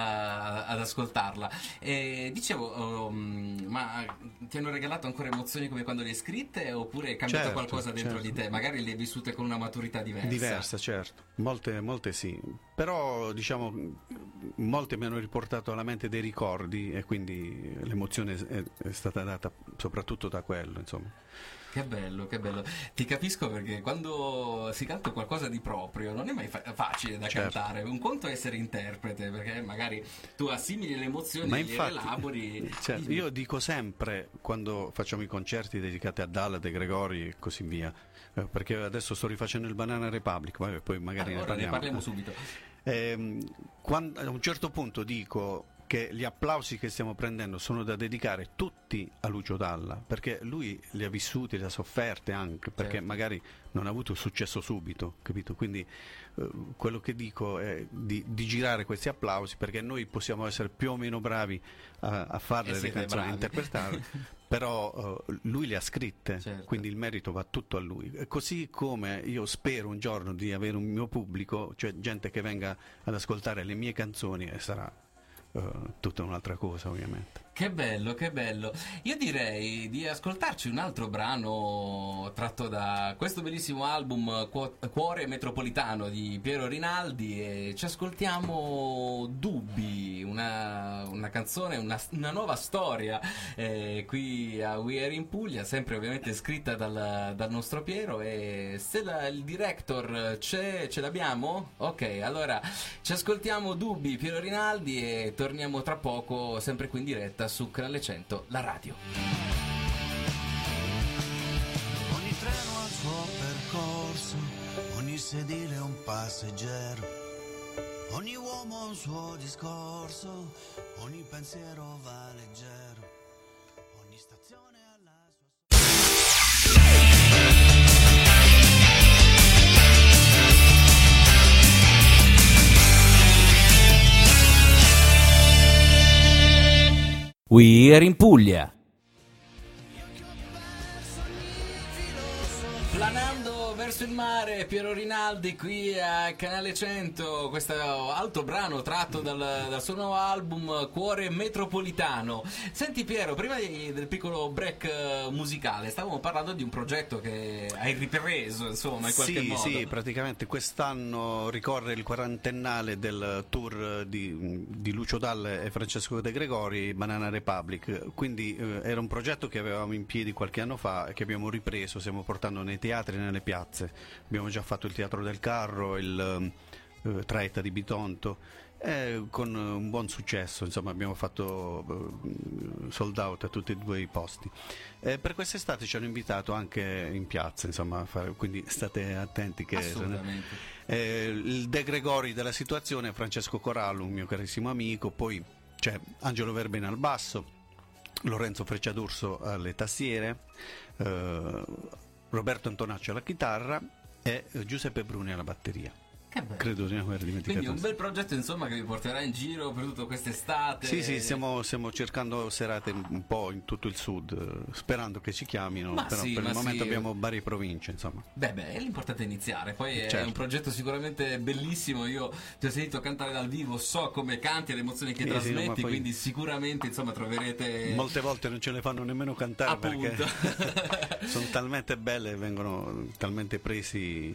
a- ad ascoltarla. E dicevo, um, ma ti hanno regalato ancora emozioni come quando le hai scritte, oppure è cambiato Certo, qualcosa dentro certo. di te? Magari le hai vissute con una maturità diversa. diversa, certo. Molte, molte sì. Però, diciamo, molte mi hanno riportato alla mente dei ricordi e quindi l'emozione è, è stata data soprattutto da quello, insomma. Che bello, che bello. Ti capisco, perché quando si canta qualcosa di proprio non è mai fa- facile da Certo. cantare. Un conto è essere interprete, perché magari tu assimili le emozioni, Ma le infatti, elabori. certo, io dico sempre quando facciamo i concerti dedicati a Dalla, De Gregori e così via, eh, perché adesso sto rifacendo il Banana Republic, vabbè, poi magari ne Allora ne parliamo. parliamo subito. Ehm, quando, a un certo punto dico che gli applausi che stiamo prendendo sono da dedicare tutti a Lucio Dalla, perché lui li ha vissuti, li ha sofferte anche, perché Certo. magari non ha avuto successo subito, capito? Quindi eh, quello che dico è di, di girare questi applausi, perché noi possiamo essere più o meno bravi a, a fare E le siete canzoni, a bravi. interpretarle, però eh, lui le ha scritte, Certo. quindi il merito va tutto a lui. E così come io spero un giorno di avere un mio pubblico, cioè gente che venga ad ascoltare le mie canzoni, e sarà eh, tutta un'altra cosa, ovviamente. Che bello, che bello. Io direi di ascoltarci un altro brano tratto da questo bellissimo album Cuo- Cuore Metropolitano di Piero Rinaldi, e ci ascoltiamo Dubbi, una, una canzone, una, una nuova storia eh, qui a We Are in Puglia, sempre ovviamente scritta dal, dal nostro Piero. E se la- il director c'è, ce l'abbiamo? Ok, allora ci ascoltiamo Dubbi, Piero Rinaldi, e torniamo tra poco sempre qui in diretta su Canale cento, la radio. Ogni treno ha il suo percorso, ogni sedile un passeggero, ogni uomo ha un suo discorso, ogni pensiero va leggero, ogni stazione ha la sua... We Are in Puglia. Planando verso il mare, Piero Rinaldi qui a Canale cento, questo alto brano tratto dal, dal suo nuovo album Cuore Metropolitano. Senti Piero, prima di, del piccolo break musicale stavamo parlando di un progetto che hai ripreso, insomma, in qualche sì, modo. Sì, praticamente quest'anno ricorre il quarantennale del tour di, di Lucio Dalla e Francesco De Gregori, Banana Republic, quindi eh, era un progetto che avevamo in piedi qualche anno fa e che abbiamo ripreso, stiamo portando nei teatri e nelle piazze. Abbiamo già fatto il Teatro del Carro, il eh, Traetta di Bitonto, eh, con un buon successo, insomma abbiamo fatto eh, sold out a tutti e due i posti. Eh, per quest'estate ci hanno invitato anche in piazza, insomma, a fare, quindi state attenti che assolutamente. Eh, il De Gregori della situazione, Francesco Corallo, un mio carissimo amico, poi c'è Angelo Verbena al basso, Lorenzo Frecciadurso alle tastiere, eh, Roberto Antonaccio alla chitarra e Giuseppe Bruni alla batteria. Che bello. Credo di non aver dimenticato. Quindi un bel progetto, insomma, che vi porterà in giro per tutta quest'estate. Sì, sì, stiamo, stiamo cercando serate un po' in tutto il sud, sperando che ci chiamino, ma però sì, per il momento sì. abbiamo varie province, insomma. Beh, beh, l'importante è iniziare, poi certo. È un progetto sicuramente bellissimo, io ti ho sentito cantare dal vivo, so come canti e le emozioni che sì, trasmetti, sì, poi... quindi sicuramente, insomma, troverete... Molte volte non ce le fanno nemmeno cantare. Appunto. Perché sono talmente belle, vengono talmente presi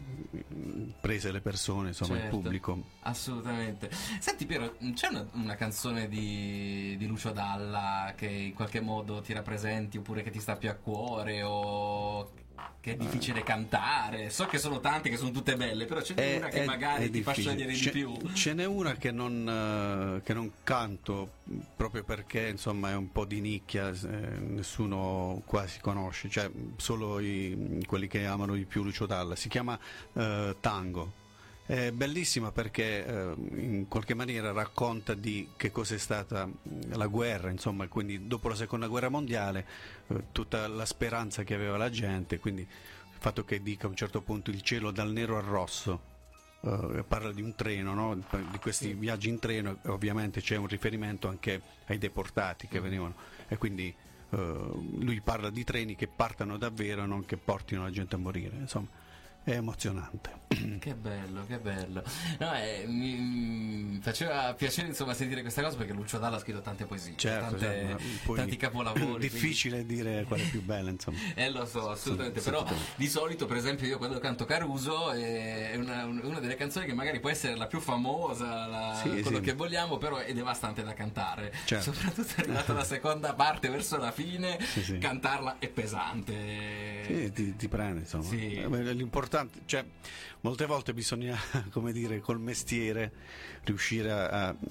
prese le persone, insomma, certo, il pubblico. Assolutamente. Senti Piero, c'è una, una canzone di, di Lucio Dalla che in qualche modo ti rappresenti oppure che ti sta più a cuore o che è difficile cantare? So che sono tante, che sono tutte belle, però ce n'è è, una che è, magari è ti fa scegliere ce, di più. Ce n'è una che non, uh, che non canto proprio perché insomma è un po' di nicchia, eh, nessuno quasi conosce, cioè solo i, quelli che amano di più Lucio Dalla. Si chiama uh, Tango. È bellissima perché eh, in qualche maniera racconta di che cos'è stata la guerra, insomma, quindi dopo la seconda guerra mondiale eh, tutta la speranza che aveva la gente, quindi il fatto che dica a un certo punto il cielo dal nero al rosso, eh, parla di un treno, no? Di questi sì. viaggi in treno, e ovviamente c'è un riferimento anche ai deportati che mm. venivano, e quindi eh, lui parla di treni che partano davvero, non che portino la gente a morire, insomma. È emozionante. Che bello, che bello. No, eh, mi, mi faceva piacere insomma sentire questa cosa perché Lucio Dalla ha scritto tante poesie, certo, tante, certo, poi tanti capolavori. Difficile quindi... dire quale è più bella, insomma. Eh lo so, assolutamente. Sì, però di solito, per esempio, io quando canto Caruso è una, una delle canzoni che magari può essere la più famosa, la, sì, quello sì. che vogliamo, però è devastante da cantare. Certo. Soprattutto arrivata la seconda parte verso la fine, sì, sì. cantarla è pesante. Sì, ti, ti prende, insomma. Sì. L'importante, cioè, molte volte bisogna, come dire, col mestiere riuscire a, a,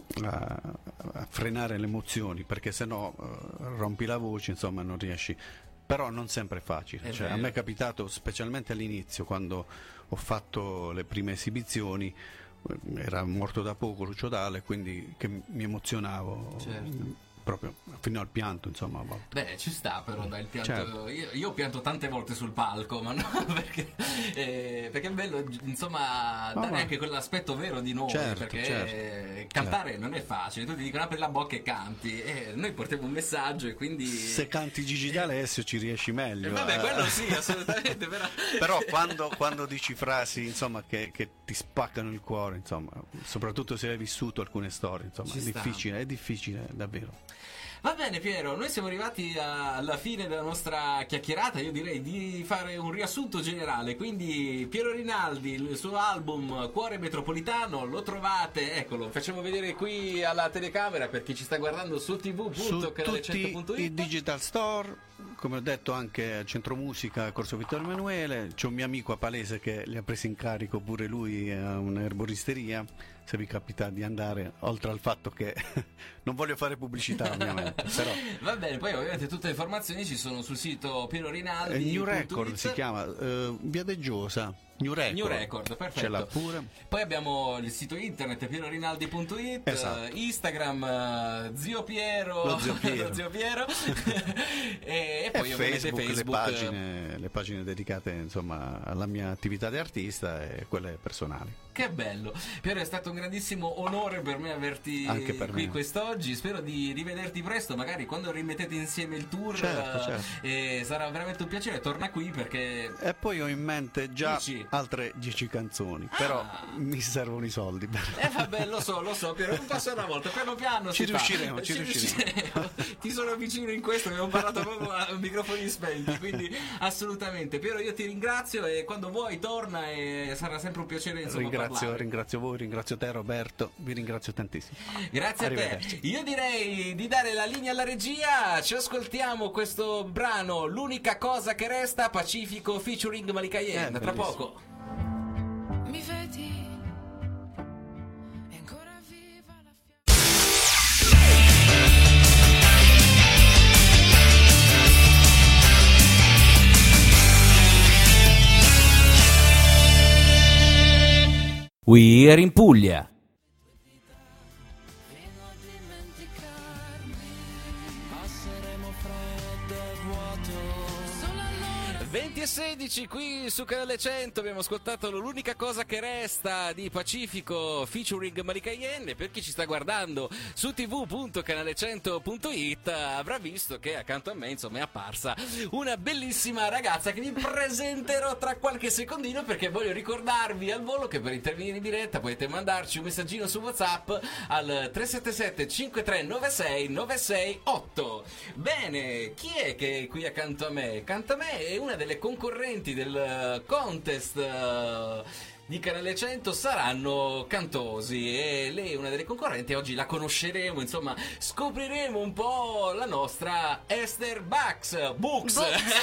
a frenare le emozioni, perché sennò uh, rompi la voce, insomma, non riesci. Però non sempre è facile. È cioè, a me è capitato, specialmente all'inizio, quando ho fatto le prime esibizioni, era morto da poco Lucio Dalla, quindi che mi emozionavo. Certo. Proprio fino al pianto, insomma, a volte. Beh, ci sta però dai, il pianto. Certo. Io, io pianto tante volte sul palco, ma no, perché, eh, perché è bello, insomma, no, dare ma... anche quell'aspetto vero di noi, certo, perché certo, cantare certo. non è facile, tu ti dicono apri la bocca e canti, e noi portiamo un messaggio e quindi... Se canti Gigi D'Alessio ci riesci meglio. Eh, vabbè, eh. quello sì, assolutamente, però... però quando, quando dici frasi, insomma, che, che ti spaccano il cuore, insomma, soprattutto se hai vissuto alcune storie, insomma, ci è sta. difficile, è difficile, davvero. Va bene Piero, noi siamo arrivati a, alla fine della nostra chiacchierata, io direi di fare un riassunto generale, quindi Piero Rinaldi, il suo album Cuore Metropolitano, lo trovate, eccolo, facciamo vedere qui alla telecamera per chi ci sta guardando su tv punto canale cento punto it. Su tutti i digital store, come ho detto anche al Centro Musica Corso Vittorio Emanuele, c'è un mio amico a Palese che li ha presi in carico pure lui a un'erboristeria, se vi capita di andare, oltre al fatto che non voglio fare pubblicità ovviamente, però. Va bene, poi ovviamente tutte le informazioni ci sono sul sito Piero Rinaldi. New Record si chiama, uh, Via Deggiosa, New Record. New Record, perfetto. Ce l'ha pure. Poi abbiamo il sito internet pienorinaldi punto it, Esatto. eh, Instagram eh, Zio Piero, Lo Zio Piero. Lo Zio Piero. e, e poi E ovviamente Facebook, Facebook. Le, pagine, le pagine dedicate insomma alla mia attività di artista e quelle personali. Che bello, Piero, è stato un grandissimo onore per me averti Anche per qui me. quest'oggi. Spero di rivederti presto, magari quando rimettete insieme il tour. Certo, eh, certo. E sarà veramente un piacere. Torna qui perché E poi ho in mente già Dici? altre dieci canzoni, però Ah. mi servono i soldi. Eh vabbè, lo so, lo so, Piero, un passo alla volta, piano piano Ci si riusciremo, fa. ci riusciremo. Ti sono vicino in questo, abbiamo parlato proprio a microfoni spenti, quindi assolutamente. Piero, io ti ringrazio e quando vuoi torna e sarà sempre un piacere, insomma, Ringrazio, parlare. ringrazio voi, ringrazio te Roberto, vi ringrazio tantissimo. Grazie a te. Arrivederci. Io direi di dare la linea alla regia. Ci ascoltiamo questo brano, L'unica cosa che resta, Pacifico featuring Malika Yen, Eh, tra bellissimo. poco. Mi vedi? È ancora viva la We are in Puglia. venti e sedici qui su Canale cento abbiamo ascoltato L'unica cosa che resta di Pacifico featuring Malika Yen. E per chi ci sta guardando su tivù punto canale cento punto it avrà visto che accanto a me insomma è apparsa una bellissima ragazza che vi presenterò tra qualche secondino, perché voglio ricordarvi al volo che per intervenire in diretta potete mandarci un messaggino su WhatsApp al tre sette sette cinque tre nove sei nove sei otto. Bene, chi è che è qui accanto a me? Accanto a me è una delle concorrenti del eh, contest eh, di Canale cento, Saranno Cantosi, e lei è una delle concorrenti. Oggi la conosceremo, insomma scopriremo un po' la nostra Esther Bucks Books.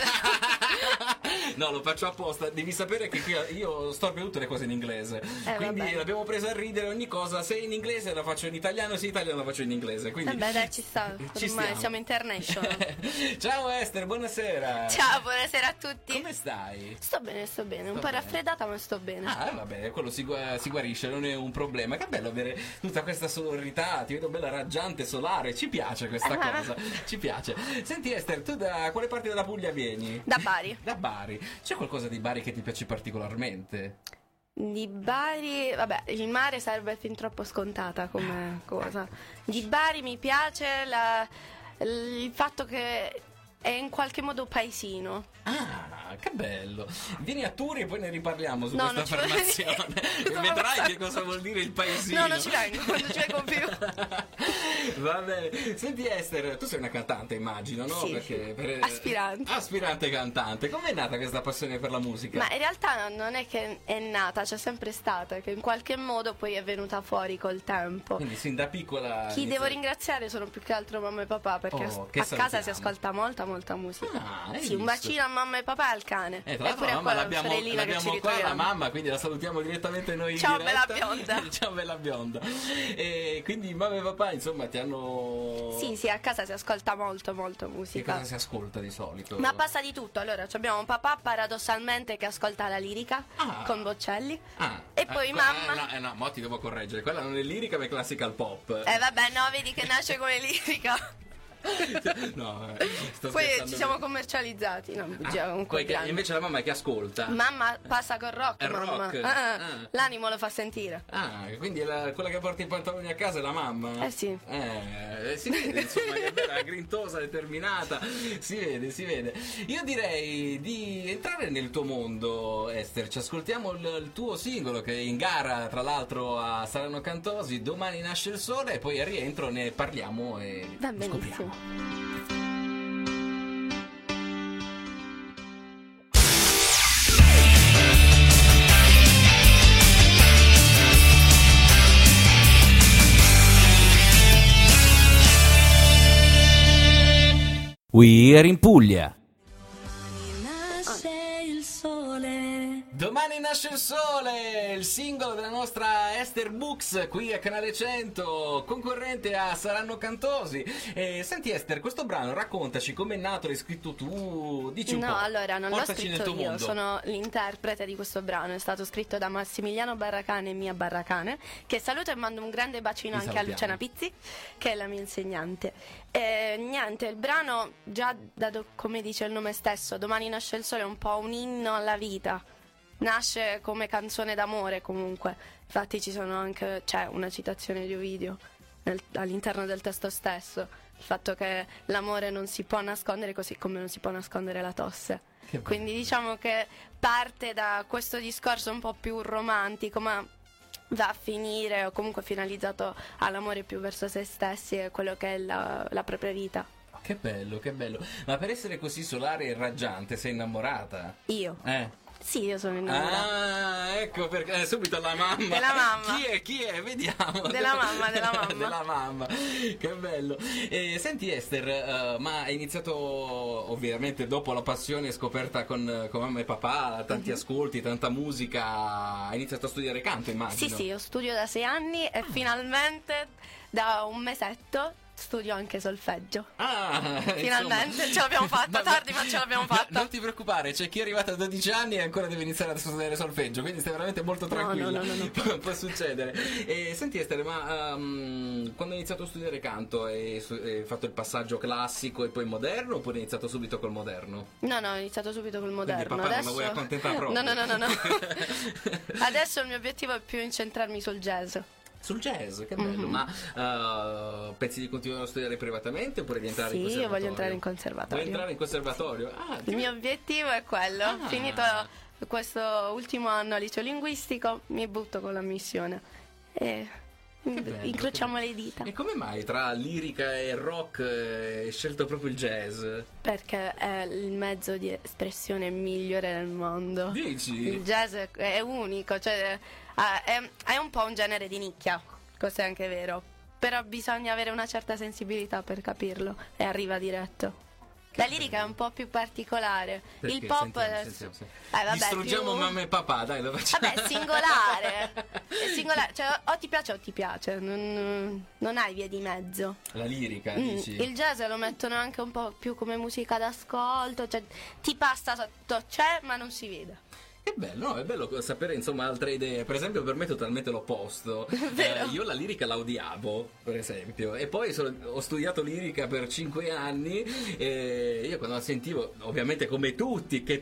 No, lo faccio apposta, devi sapere che qui io storpio tutte le cose in inglese, Eh, quindi vabbè. l'abbiamo presa a ridere ogni cosa, se è in inglese la faccio in italiano, se in italiano la faccio in inglese, quindi Vabbè, dai, ci sta. Ci Ormai stiamo. siamo international. Ciao Esther, buonasera. Ciao, buonasera a tutti. Come stai? Sto bene, sto bene. Un Sto po' bene. raffreddata, ma sto bene. Ah, vabbè, quello si, gua- si guarisce, non è un problema. Che bello avere tutta questa sonorità, ti vedo bella raggiante, solare, ci piace questa cosa, ci piace. Senti Esther, tu da quale parte della Puglia vieni? Da Bari. Da Bari. C'è qualcosa di Bari che ti piace particolarmente? Di Bari, vabbè, il mare sarebbe fin troppo scontata come cosa. Di Bari mi piace la- il fatto che è in qualche modo paesino. Ah, che bello. Vieni a Turi e poi ne riparliamo su No, questa non ci voglio affermazione. venire. E No, vedrai basta. che cosa vuol dire il paesino. No, non ci vengo, non ci vengo più. Va bene. Senti Esther, tu sei una cantante, immagino, no? Sì, Perché per- aspirante. Aspirante cantante. Com'è nata questa passione per la musica? Ma in realtà non è che è nata, c'è sempre stata, che in qualche modo poi è venuta fuori col tempo. Quindi sin da piccola. Chi inizia- devo ringraziare sono più che altro mamma e papà, perché Oh, a che casa salutiamo. si ascolta molta molta musica. Ah, hai sì, un visto? bacino a mamma e papà e al cane. Eh, tra e l'altro pure la a mamma quella l'abbiamo, sorellina che ci l'abbiamo qua la ritroviamo. mamma, quindi la salutiamo direttamente noi in Ciao, diretta. bella bionda. Ciao bella bionda. E quindi mamma e papà insomma ti hanno... Sì, sì, a casa si ascolta molto molto Che musica. cosa si ascolta di solito? Ma passa di tutto. Allora, abbiamo un papà paradossalmente che ascolta la lirica Ah. con Boccelli. Ah, E poi eh, mamma- Eh, no, eh, no, mo ti devo correggere. Quella non è lirica, ma è classical pop. Eh vabbè, no, vedi che nasce come lirica. No, eh, sto Poi scherzando. ci siamo commercializzati. No, bugia, Ah, comunque poi che- grande. invece la mamma che ascolta. Mamma passa col rock, È mamma. rock? Ah, Ah. L'animo lo fa sentire. Ah, quindi è la- quella che porta i pantaloni a casa è la mamma? Eh sì. Eh, si vede insomma che è bella, grintosa, determinata. Si vede, si vede. Io direi di entrare nel tuo mondo, Esther. Ci ascoltiamo il, il tuo singolo che è in gara, tra l'altro, a Saranno Cantosi. Domani nasce il sole e poi al rientro ne parliamo e Va scopriamo. benissimo. We are in Puglia. nasce il sole. Domani Domani nasce il sole, il singolo della nostra Esther Books qui a Canale cento, concorrente a Saranno Cantosi. E, senti Esther, questo brano raccontaci come è nato, l'hai scritto tu, dici un no, po'. No, allora non l'ho Portaci nel scritto tuo io, mondo. sono l'interprete di questo brano, è stato scritto da Massimiliano Barracane e Mia Barracane, che saluto e mando un grande bacino Li anche a salutiamo. Luciana Pizzi, che è la mia insegnante. E, niente, il brano già da do- come dice il nome stesso, Domani nasce il sole, è un po' un inno alla vita. Nasce come canzone d'amore comunque, infatti ci sono anche, c'è una citazione di Ovidio nel- all'interno del testo stesso, il fatto che l'amore non si può nascondere così come non si può nascondere la tosse. Che bello. Quindi diciamo che parte da questo discorso un po' più romantico, ma va a finire o comunque finalizzato all'amore più verso se stessi e quello che è la, la propria vita. Che bello, che bello. Ma per essere così solare e raggiante sei innamorata? Io? Eh. Sì, io sono innamorata. Ah, ecco perché eh, subito la mamma. Della mamma. Chi è? Chi è? Vediamo. Della mamma, della mamma. Della mamma. Che bello. E, senti Esther, eh, ma hai iniziato ovviamente dopo la passione scoperta con, con mamma e papà, tanti Mhm. ascolti, tanta musica, hai iniziato a studiare canto, immagino. Sì, sì, io studio da sei anni e finalmente da un mesetto studio anche solfeggio. Ah, Finalmente insomma. ce l'abbiamo fatta, Ma- tardi ma ce l'abbiamo fatta. Non ti preoccupare, c'è chi è arrivato a dodici anni e ancora deve iniziare a studiare solfeggio, quindi stai veramente molto tranquilla. no, no, no, no. Può, può succedere. E, senti Esther, ma um, quando hai iniziato a studiare canto hai, su- hai fatto il passaggio classico e poi moderno oppure hai iniziato subito col moderno? No, no, ho iniziato subito col Quindi moderno. papà non Adesso la vuoi accontentare proprio? No, no, no, no, no. Adesso il mio obiettivo è più incentrarmi sul jazz. Sul jazz, che bello. Mhm. Ma uh, pensi di continuare a studiare privatamente oppure di entrare Sì, in io conservatorio? voglio entrare in conservatorio. Vuoi entrare in conservatorio? Ah, Il mio obiettivo è quello. Ah. Finito questo ultimo anno al liceo linguistico, mi butto con l'ammissione. E bello, incrociamo le dita. E come mai tra lirica e rock eh, hai scelto proprio il jazz? Perché è il mezzo di espressione migliore del mondo. Dici? Il jazz è, è unico, cioè ah, è, è un po' un genere di nicchia, questo è anche vero. Però bisogna avere una certa sensibilità per capirlo e arriva diretto. La lirica è un po' più particolare. Perché? Il pop Sentiamo, è- sentiamo, sentiamo. Eh, vabbè, Distruggiamo più- mamma e papà, dai, lo facciamo. Vabbè, è singolare. È singolare, cioè o ti piace o ti piace, non, non hai via di mezzo. La lirica, Mm, dici? il jazz lo mettono anche un po' più come musica d'ascolto, cioè ti passa sotto, c'è ma non si vede. Che bello, no? È bello sapere insomma altre idee. Per esempio, per me è totalmente l'opposto. Eh, io la lirica la odiavo, per esempio, e poi sono- ho studiato lirica per cinque anni. E io quando la sentivo, ovviamente come tutti, che.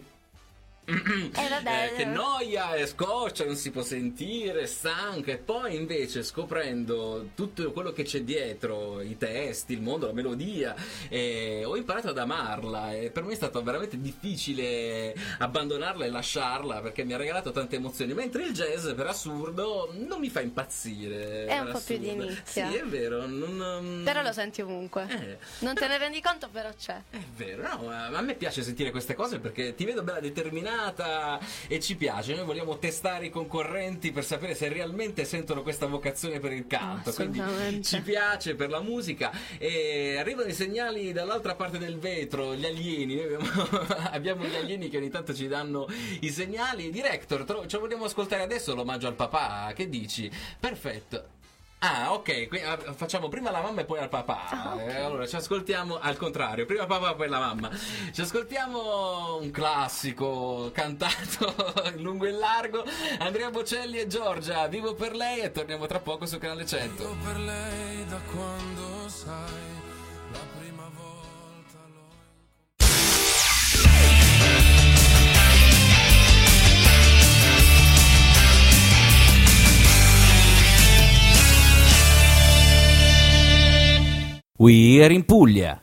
Eh, vabbè, Eh, che noia, è scoccia, non si può sentire, è stanca. E poi invece scoprendo tutto quello che c'è dietro, i testi, il mondo, la melodia, eh, ho imparato ad amarla e per me è stato veramente difficile abbandonarla e lasciarla perché mi ha regalato tante emozioni, mentre il jazz per assurdo non mi fa impazzire. È un per po' più di assurdo. nicchia. Sì, è vero, non, Però lo senti ovunque. Eh. Non te ne rendi conto, però c'è. È vero, no, ma a me piace sentire queste cose perché ti vedo bella determinata e ci piace. Noi vogliamo testare i concorrenti per sapere se realmente sentono questa vocazione per il canto. Quindi Assolutamente. ci piace per la musica. E arrivano i segnali dall'altra parte del vetro, gli alieni. Noi abbiamo, abbiamo gli alieni che ogni tanto ci danno i segnali. Director, tro- ce lo vogliamo ascoltare adesso? L'omaggio al papà, che dici? Perfetto. Ah, ok, qui- ah, facciamo prima la mamma e poi al papà. Ah, ok. Eh, allora ci ascoltiamo al contrario, prima papà poi la mamma. Ci ascoltiamo un classico cantato in lungo e in largo, Andrea Bocelli e Giorgia, Vivo per lei, e torniamo tra poco su Canale cento. Vivo per lei da quando sai la prima volta l'ho We are in Puglia.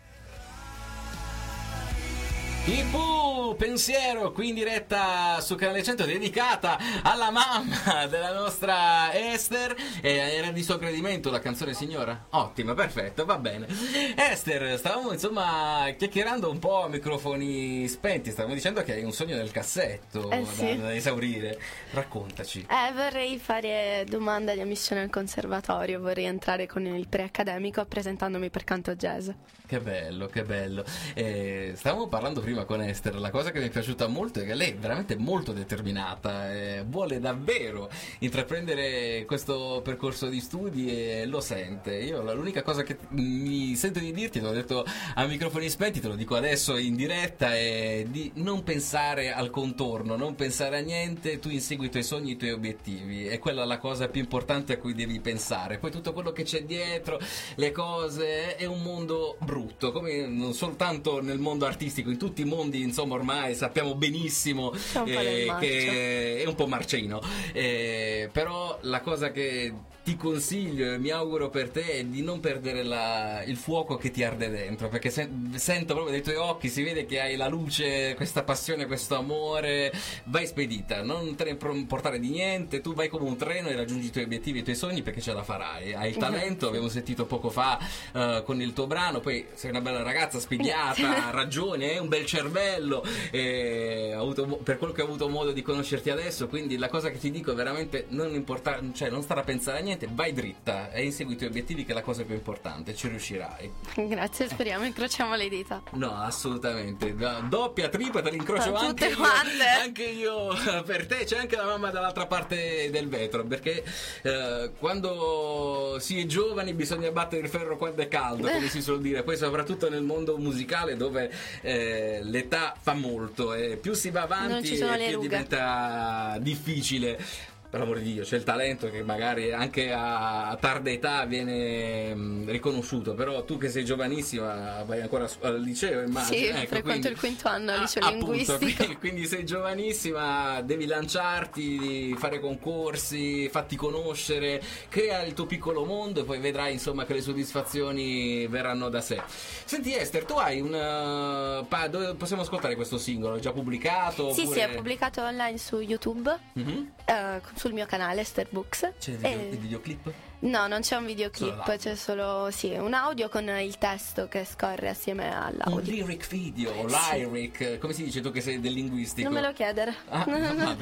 I Pooh, pensiero qui in diretta su Canale cento dedicata alla mamma della nostra Esther. Eh, era di suo gradimento la canzone, signora? Ottimo, perfetto, va bene. Esther, stavamo insomma chiacchierando un po' a microfoni spenti, stavamo dicendo che hai un sogno nel cassetto Eh, da, sì. da esaurire. Raccontaci. Eh, vorrei fare domanda di ammissione al conservatorio, vorrei entrare con il preaccademico presentandomi per canto jazz. Che bello, che bello. Eh, stavamo parlando prima con Esther, la cosa cosa che mi è piaciuta molto è che lei è veramente molto determinata, eh, vuole davvero intraprendere questo percorso di studi e lo sente. Io l'unica cosa che mi sento di dirti, te l'ho detto a microfoni spenti, te lo dico adesso in diretta, è di non pensare al contorno, non pensare a niente, tu insegui i tuoi sogni, i tuoi obiettivi, è quella la cosa più importante a cui devi pensare. Poi tutto quello che c'è dietro, le cose, è un mondo brutto, come non soltanto nel mondo artistico, in tutti i mondi, insomma, ormai sappiamo benissimo eh, che è un po' marcino, eh, però la cosa che ti consiglio e mi auguro per te è di non perdere la, il fuoco che ti arde dentro, perché sen- sento proprio dai tuoi occhi, si vede che hai la luce, questa passione, questo amore. Vai spedita, non te ne importare di niente, tu vai come un treno e raggiungi i tuoi obiettivi, i tuoi sogni, perché ce la farai, hai il talento, abbiamo sentito poco fa uh, con il tuo brano, poi sei una bella ragazza spigliata, ragioni, hai un bel cervello, e ho avuto, per quello che ho avuto modo di conoscerti adesso, quindi la cosa che ti dico è veramente non importare, cioè non stare a pensare a niente, vai dritta e insegui i tuoi obiettivi, che è la cosa più importante, ci riuscirai. Grazie, speriamo, incrociamo le dita. No, assolutamente, doppia, tripla, te l'incrocio Ah, anche tutte io, quante. anche io per te. C'è anche la mamma dall'altra parte del vetro, perché eh, quando si è giovani bisogna battere il ferro quando è caldo, come si suol dire, poi soprattutto nel mondo musicale dove eh, l'età fa molto e più si va Non avanti ci sono e le più rughe. diventa difficile. Per l'amor di Dio, c'è il talento che magari anche a, a tarda età viene mh, riconosciuto, però tu che sei giovanissima vai ancora su- al liceo, immagino. Sì, ecco, frequento quindi- il quinto anno al Ah, liceo appunto, linguistico. quindi, quindi sei giovanissima, devi lanciarti, fare concorsi, fatti conoscere, crea il tuo piccolo mondo e poi vedrai insomma che le soddisfazioni verranno da sé. Senti Esther, tu hai un uh, pa- dove possiamo ascoltare questo singolo? È già pubblicato? Sì, oppure... sì, è pubblicato online su YouTube, Mhm. eh, sul mio canale Esther Books. C'è il, video- E- il videoclip? No, non c'è un Solo videoclip, l'audio. c'è solo sì, un audio con il testo che scorre assieme Un all'audio. lyric video, Sì. lyric, come si dice tu che sei del linguistico? Non me lo chiedere. Ah, madonna.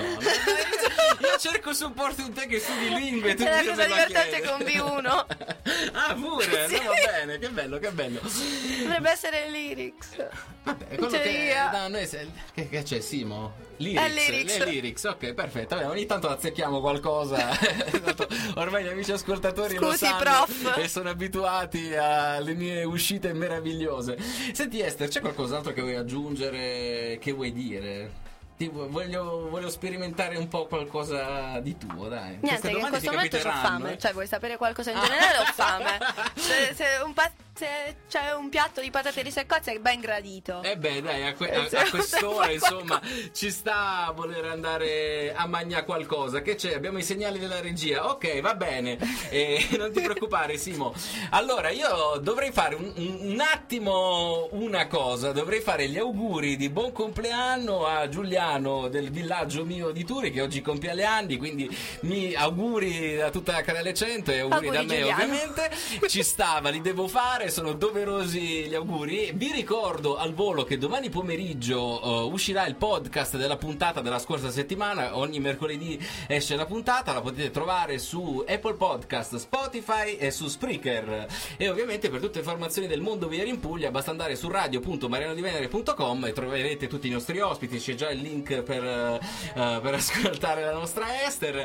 Io cerco supporto in te che studi lingue, tu È una io cosa me lo divertente chiedi. con B uno. Ah, pure? Sì. No, va bene, che bello, che bello. Dovrebbe essere lyrics. Vabbè, quello In che, teoria. no, noi se- che, che c'è, Simo? Lyrics, È lyrics. le lyrics, ok, perfetto. Vabbè, ogni tanto azzecchiamo qualcosa. Tanto ormai gli amici ascoltatori lo Scusi, sanno prof. e sono abituati alle mie uscite meravigliose. Senti Esther, c'è qualcos'altro che vuoi aggiungere, che vuoi dire? Ti voglio, voglio sperimentare un po' qualcosa di tuo, dai. Niente, Queste che in domande questo ti momento ho capiteranno, fame. eh. Cioè, vuoi sapere qualcosa in generale? Ho fame. Se, se un pa- se c'è un piatto di patate risse e cozze è ben gradito. Eh beh dai, a, que- Eh, a- se- a se quest'ora vuoi insomma ci sta a voler andare a mangiare qualcosa. Che c'è? Abbiamo i segnali della regia. Ok, va bene. Eh, non ti preoccupare Simo. Allora io dovrei fare un, un- un attimo una cosa. Dovrei fare gli auguri di buon compleanno a Giuliano del villaggio mio di Turi, che oggi compie gli anni. Quindi mi auguri da tutta la Canale cento e auguri, Auguri, da me Giuliano. ovviamente. Ci stava, li devo fare, sono doverosi gli auguri. Vi ricordo al volo che domani pomeriggio uh, uscirà il podcast della puntata della scorsa settimana. Ogni mercoledì esce la puntata, la potete trovare su Apple Podcast, Spotify e su Spreaker. E ovviamente per tutte le informazioni del mondo We Are in Puglia basta andare su radio punto marianodivenere punto com e troverete tutti i nostri ospiti. C'è già il link per, uh, per ascoltare la nostra Esther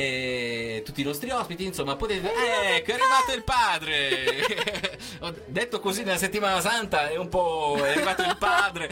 e tutti i nostri ospiti. Insomma potete... Ecco, è arrivato il padre. Ho detto così nella settimana santa è un po' è arrivato il padre.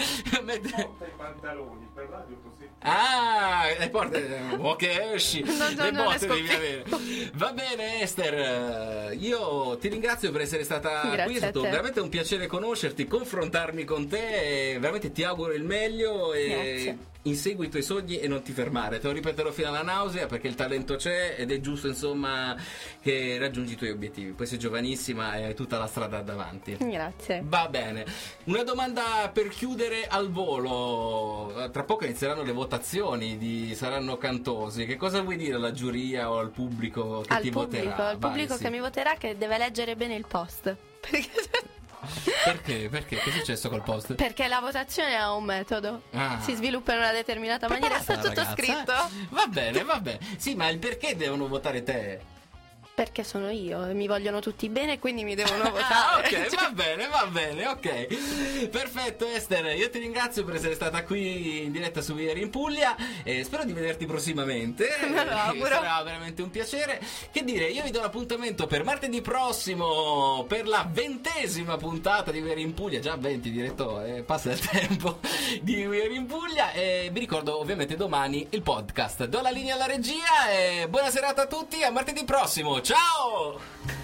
Ah, le porte oh, che esci Non- non- le non botte esco devi più. avere. Va bene Esther, io ti ringrazio per essere stata Grazie qui, è a stato te. veramente un piacere conoscerti, confrontarmi con te e veramente ti auguro il meglio e Grazie. insegui i tuoi sogni e non ti fermare, te lo ripeterò fino alla nausea perché il talento c'è ed è giusto insomma che raggiungi i tuoi obiettivi, poi sei giovanissima e hai tutta la strada davanti. Grazie. Va bene, una domanda per chiudere al volo. Tra poco inizieranno le votazioni di Saranno Cantosi. Che cosa vuoi dire alla giuria o al pubblico che Al ti pubblico, voterà? al pubblico Vai, sì. che mi voterà, che deve leggere bene il post. Perché, Perché? Perché? Che è successo col post? perché la votazione ha un metodo. Ah. Si sviluppa in una determinata maniera. Sta Preparata, tutto ragazza, scritto. eh? Va bene, va bene. Sì, ma il perché devono votare te? Perché sono io e mi vogliono tutti bene, quindi mi devono Ah, votare. ok, va bene, va bene, ok. Perfetto, Ester, io ti ringrazio per essere stata qui in diretta su We Are in Puglia e spero di vederti prossimamente. Me lo auguro. Sarà veramente un piacere. Che dire, io vi do l'appuntamento per martedì prossimo per la ventesima puntata di We Are in Puglia. Già venti, diretto, eh, passa il tempo di We Are in Puglia. E vi ricordo ovviamente domani il podcast. Do la linea alla regia e buona serata a tutti, a martedì prossimo. Ciao!